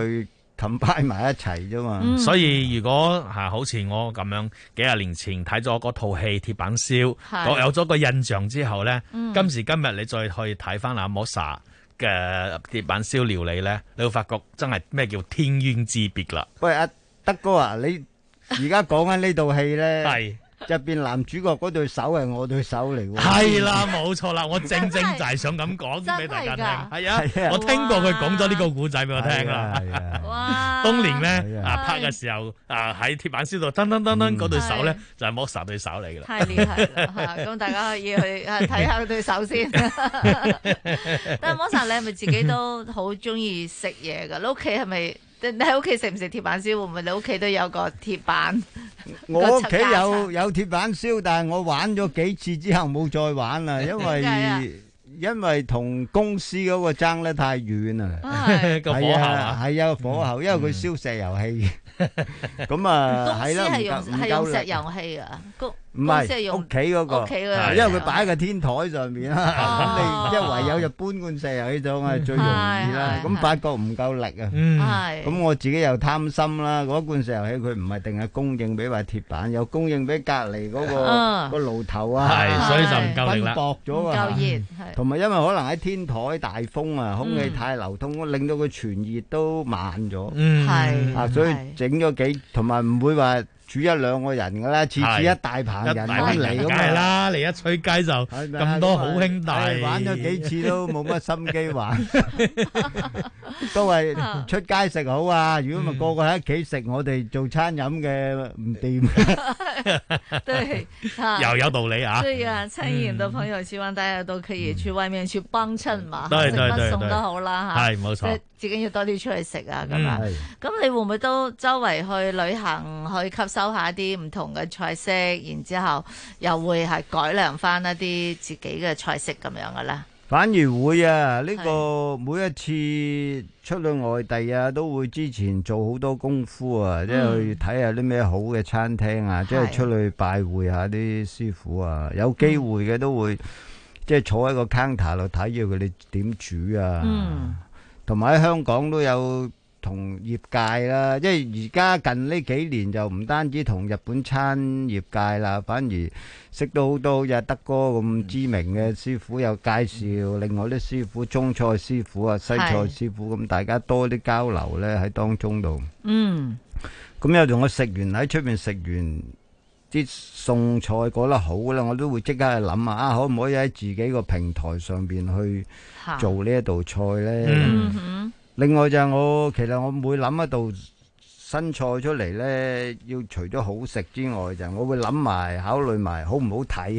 combine埋一齊啫嘛。 所以如果好似我咁樣幾廿年前睇咗嗰套戲《鐵板燒》，我有咗個印象之後咧，今時今日你再去睇翻阿 Mosa 嘅鐵板燒料理咧，你會發覺真係咩叫天淵之別啦。 喂，阿德哥啊，你而家講緊呢套戲咧，係入邊男主角嗰對手係我對手嚟喎。 係啦，冇錯啦，我正就係想咁講俾大家聽。係啊，我聽過佢講咗呢個故仔俾我聽啦。哇！當年咧拍嘅時候喺鐵板燒度噔嗰對手咧就係 Mosa 對手嚟㗎啦。 太厲害啦！咁大家可以去睇下佢對手先。但係 Mosa 你係咪自己都好中意食嘢㗎？你屋企係咪？你喺屋企食唔食鐵板燒？會唔會你屋企都有個鐵板？ 我屋企有鐵板燒，但係我玩咗幾次之後冇再玩啦，因為同公司嗰個爭得太遠啦。 個火候係啊火候，因為佢燒石油氣。咁啊係啦， 係用石油氣啊？ 唔係屋企嗰個，因為佢擺喺個天台上面啦。咁你即係唯有就搬罐石油氣上去最容易啦。咁發覺唔夠力啊。咁我自己又貪心啦，嗰罐石油氣佢唔係淨係供應俾塊鐵板，又供應俾隔離嗰個爐頭啊。 所以就唔夠力啦。 分薄咗啊。 唔夠熱。 同埋因為可能喺天台大風啊，空氣太流通，令到佢傳熱都慢咗。係所以整咗同埋唔會話煮一兩個人噶啦，次次一大棚人咁嚟咁係啦，你一吹雞就咁多好兄弟， 玩咗幾次都冇乜心機玩，都係出街食好啊！如果咪個個喺屋企食，我哋做餐飲嘅唔掂。 對， 又有道理啊！ 對啊，餐飲的朋友希望大家都可以去外面去幫襯嘛， 食乜餸都好啦嚇。 係冇錯， 自己要多啲出去食啊咁啊。咁你會唔會都周圍去旅行去吸收下啲唔同嘅菜式，然之後又會係改良翻一啲自己嘅菜式咁樣嘅咧？ 反而會啊！呢個每一次出去外地啊，都會之前做好多功夫啊，即係去睇下啲咩好嘅餐廳啊，即係出去拜會下啲師傅啊，有機會嘅都會即係坐喺個 counter 度睇住佢哋點煮啊。同埋喺香港都有同業界啦，即係而家近呢幾年就唔單止同日本餐業界啦，反而識到好多好似德哥咁知名嘅師傅，又介紹另外啲師傅，中菜師傅啊、西菜師傅，咁大家多啲交流咧喺當中度。咁又同我食完喺出邊食完啲餸菜覺得好啦，我都會即刻去諗啊，可唔可以喺自己個平台上邊去做呢一道菜咧？另外就係其實我每諗一道新菜出嚟咧，要除咗好食之外，就我會諗埋考慮埋好唔好睇。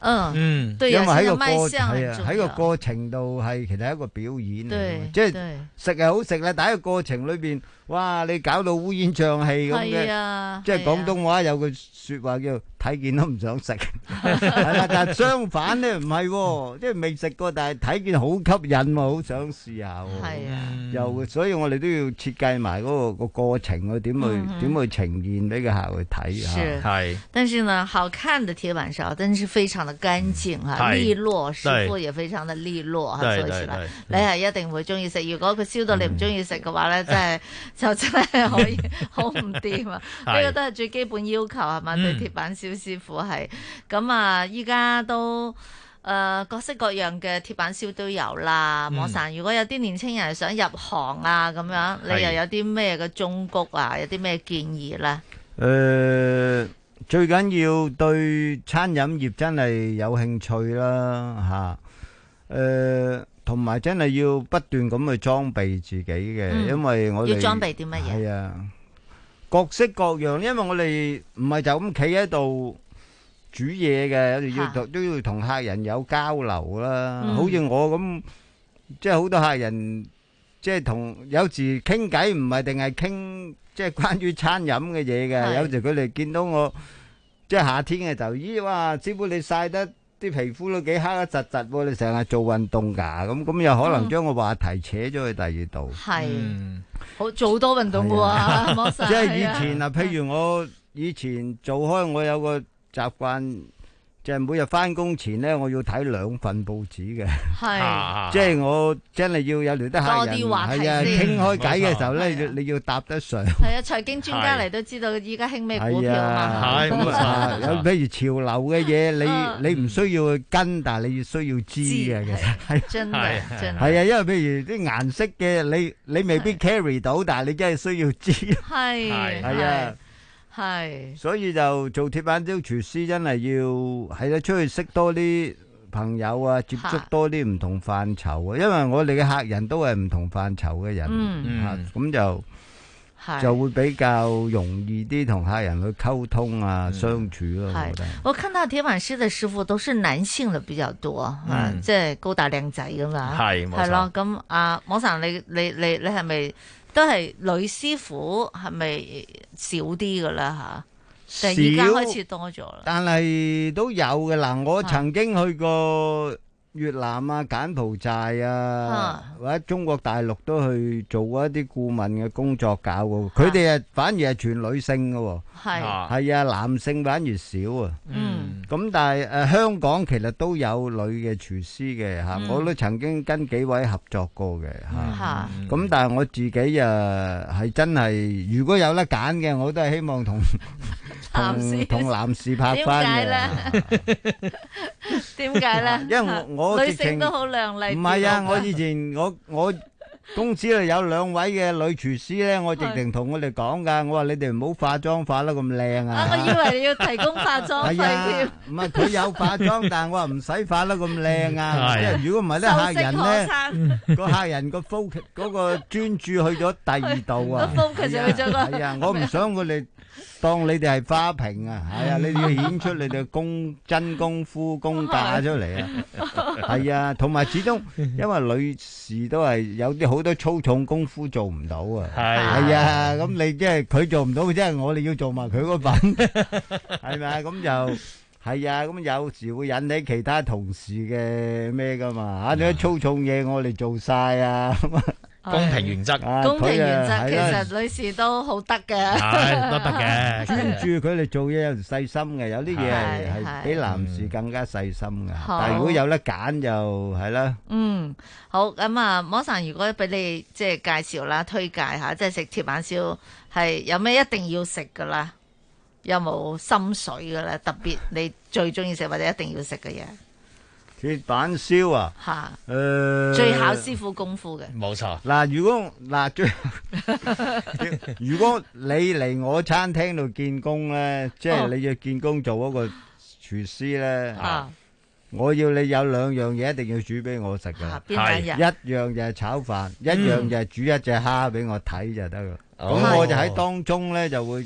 對， 因為喺個過喺個過程度係其實係一個表演嚟，即係食係好食啦，但係個過程裏邊，哇！你搞到烏煙瘴氣咁嘅，即係廣東話有句説話叫睇見都唔想食，係啦。但係相反咧唔係，即係未食過，但係睇見好吸引喎，好想試下喎。係啊，又所以我哋都要設計埋嗰個過程，去點去呈現俾個客去睇啊。 係，但是呢，好看的鐵板燒，但是非常的乾淨哈，利落，師傅也非常的利落哈，做起來你係一定會中意食。如果佢燒到你唔中意食嘅話咧，真係可以好唔掂啊！呢個都係最基本要求係嘛？對鐵板燒師傅係咁啊！依家都各式各樣嘅鐵板燒都有啦。莫生，如果有啲年青人想入行啊咁樣，你又有啲咩嘅忠告啊？有啲咩建議咧？ 最緊要對餐飲業真係有興趣啦，同埋真係要不斷咁去裝備自己嘅，因為我哋要裝備啲乜嘢？ 係啊，各式各樣，因為我哋唔係就咁企喺度煮嘢嘅，都要同客人有交流啦。好似我咁，即係好多客人，即係同有時傾偈唔係定係傾，即係關於餐飲嘅嘢嘅。有時佢哋見到我，即係夏天嘅就，咦哇，師傅你曬得啲皮膚都幾黑一窒窒喎，你成日做運動㗎，咁有可能將個話題扯咗去第二度。 係，好做好多運動喎，莫生。 即係以前啊，譬如我以前做開，我有個習慣，就係每日翻工前咧，我要睇2份報紙嘅。係，即係我真係要有聊得客人，係啊，傾開偈嘅時候咧，你要答得上。 係啊，財經專家嚟都知道依家興咩股票嘛。 係咁啊，有譬如潮流嘅嘢，你唔需要去跟，但係你要需要知嘅，其實係真係真係。 係啊，因為譬如啲顏色嘅，你未必 carry 到，但係你真係需要知。係係啊。係，所以就做鐵板燒廚師真係要係啦，出去識多啲朋友啊，接觸多啲唔同範疇啊，因為我哋嘅客人都係唔同範疇嘅人，咁就會比較容易啲同客人去溝通啊，相處咯。 我看到鐵板師嘅師傅都是男性的比較多，即係高大靚仔噶嘛，係咯。咁啊，莫生你係咪？都係女師傅係咪少啲噶啦吓？定而家開始多咗啦？ 但係都有嘅嗱，我曾經去過越南啊、柬埔寨啊，或者中國大陸都去做過一啲顧問嘅工作搞過，佢哋反而係全女性嘅，係啊，男性反而少啊。咁但係香港其實都有女嘅廚師嘅吓，我都曾經跟幾位合作過嘅吓。咁但係我自己係真係，如果有得揀嘅，我都係希望同男士拍翻嘅。 點解咧？ 因為我女性都好靚麗。 唔係啊，我以前我公司裏有2位嘅女廚師咧，我直情同我哋講噶，我話你哋唔好化妝化得咁靚啊！ 我以為你要提供化妝費添。 唔係佢有化妝，但係我話唔使化得咁靚啊！即係如果唔係咧，客人咧個客人個 focus 嗰個專注去咗第二度啊！ 個 focus 就去咗個。 係啊，我唔想佢哋當你哋係花瓶啊！係啊，你要顯出你哋真功夫功架出嚟啊！係啊，同埋始終因為女士都係有啲好多粗重功夫做唔到啊！係啊，咁你即係佢做唔到，即係我哋要做埋佢嗰份，係咪啊？咁就係啊，咁有時會引起其他同事嘅咩噶嘛？啊，啲粗重嘢我哋做晒啊！ 公平原則， 公平原則，其實女士都好得嘅， 都得嘅。 專注佢哋做嘢有細心嘅，有啲嘢係比男士更加細心嘅。但係如果有得揀就係啦。 好咁啊，莫生，如果俾你即係介紹啦、推介下，即係食鐵板燒係有咩一定要食噶啦？有冇心水噶咧？特別你最中意食或者一定要食嘅嘢？ 鐵板燒啊， 最考師傅功夫嘅， 冇錯。 嗱，如果你嚟我餐廳度見工咧，即係你要見工做嗰個廚師咧，我要你有2樣嘢一定要煮俾我食㗎， 係一樣就係炒飯，一樣就係煮一隻蝦俾我睇就得㗎。咁我就喺當中咧就會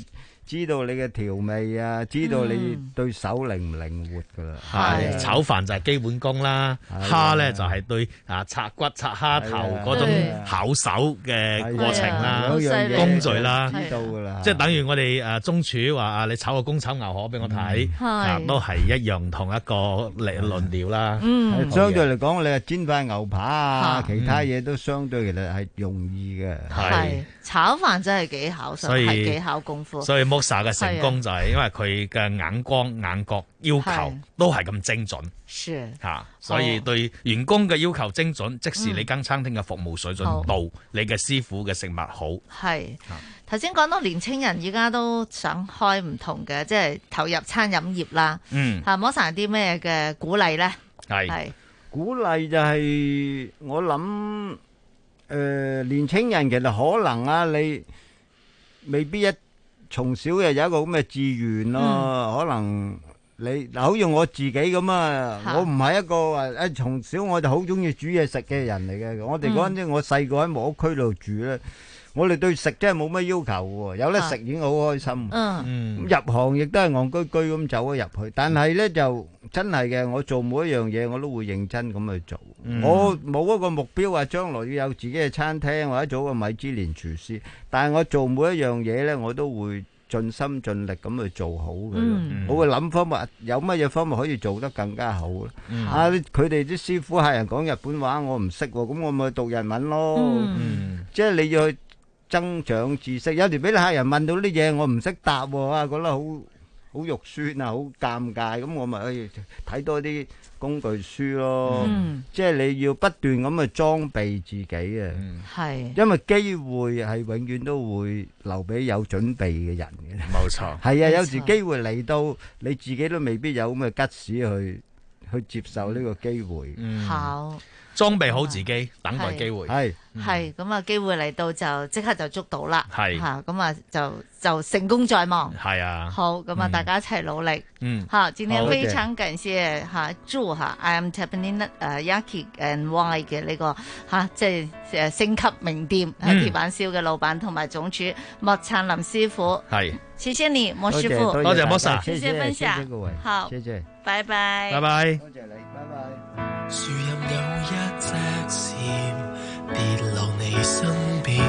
知道你嘅調味啊，知道你對手靈唔靈活噶啦。 係炒飯就係基本功啦，蝦咧就係對拆骨拆蝦頭嗰種巧手嘅過程啦，工序啦， 知道噶啦。 即係等於我哋中廚話你炒個公炒牛河俾我睇，都係一樣同一個論料啦。 相對嚟講，你係煎塊牛扒啊，其他嘢都相對其實係容易嘅。 係炒飯真係幾考手，係幾考功夫。 所以 Mosa 嘅成功就係因為佢嘅眼光眼角要求都係咁精準。 是所以對員工嘅要求精準，即使你間餐廳嘅服務水準到，你嘅師傅嘅食物好。 係頭先講到年青人而家都想開唔同嘅，即係投入餐飲業啦。Mosa 有啲咩嘅鼓勵咧？係鼓勵就係我諗，年青人其實可能啊，你未必從小就有一個咁嘅志願咯，可能。你好似我自己咁啊，我唔係一個話從小我就好中意煮嘢食嘅人嚟嘅。我哋嗰陣我細個喺木屋區度住咧，我哋對食真係冇乜要求喎，有得食已經好開心。入行亦都係戇居居咁走咗入去，但係咧就真係嘅，我做每一樣嘢我都會認真咁去做。我冇一個目標話將來要有自己嘅餐廳或者做個米芝蓮廚師，但係我做每一樣嘢咧，我都會盡心盡力咁去做好嘅，我會諗方法，有乜嘢方法可以做得更加好咧？佢哋啲師傅客人講日本話，我唔識喎，咁我咪讀日文咯。即係你要去增長知識。有時俾啲客人問到啲嘢，我唔識答喎，覺得好肉酸啊，好尷尬。咁我咪可以睇多啲工具書咯。即係你要不斷咁去裝備自己啊。係，因為機會係永遠都會留俾有準備嘅人嘅。 冇錯。係啊，有時機會嚟到，你自己都未必有咁嘅吉士去接受呢個機會。 好。 裝備好自己，等待機會。 係咁啊！機會嚟到就即刻就捉到啦。 係咁啊就成功在望。 係啊。 好，咁啊大家一齊努力。好，今天非常感謝祝I am Japanese Yaki and Y 嘅呢個即係升級名店鐵板燒嘅老闆同埋總廚莫燦林師傅。 係。 謝謝你，莫師傅。 多謝莫 Sir。 謝謝分享。好， 謝謝。 拜拜。 拜拜。 多謝你，拜拜。 樹蔭有一隻蟬跌落你身邊，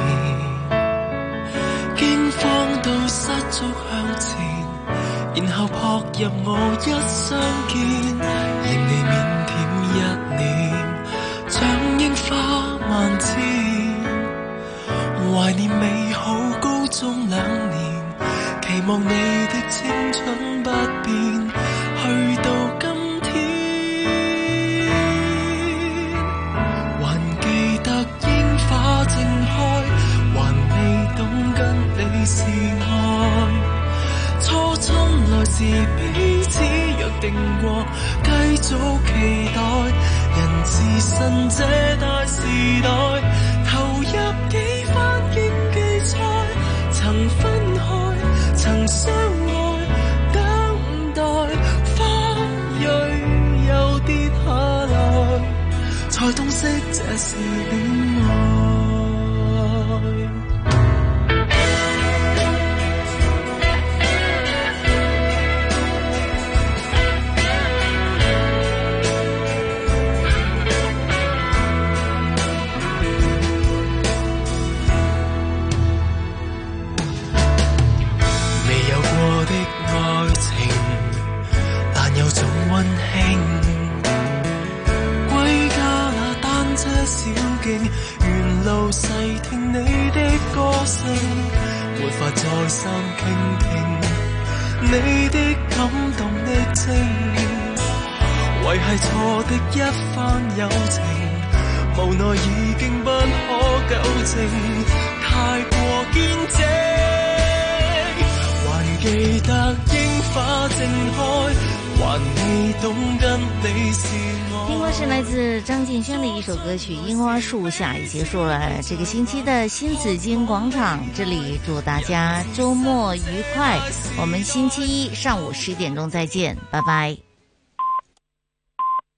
驚慌到失足向前，然後撲入我一相見，令你腼腆一臉，像櫻花萬枝，懷念美好高中2年，期望你的青春不變，去到今天。是愛，初春來時彼此約定過，繼續期待，人自信這大時代，投入幾番競技賽，曾分開，曾相愛，等待花蕊又跌下來，才懂識這是戀愛。溫馨歸家那單車小徑，沿路細聽你的歌聲，沒法再三傾聽你的感動的情，維繫錯的一番友情，無奈已經不可糾正，太過堅貞，還記得櫻花正開， 聽過是來自張敬軒的一首歌曲《櫻花樹下》，也結束了這個星期的新紫荊廣場。這裏祝大家周末愉快，我們星期一上午10點鐘再見，拜拜。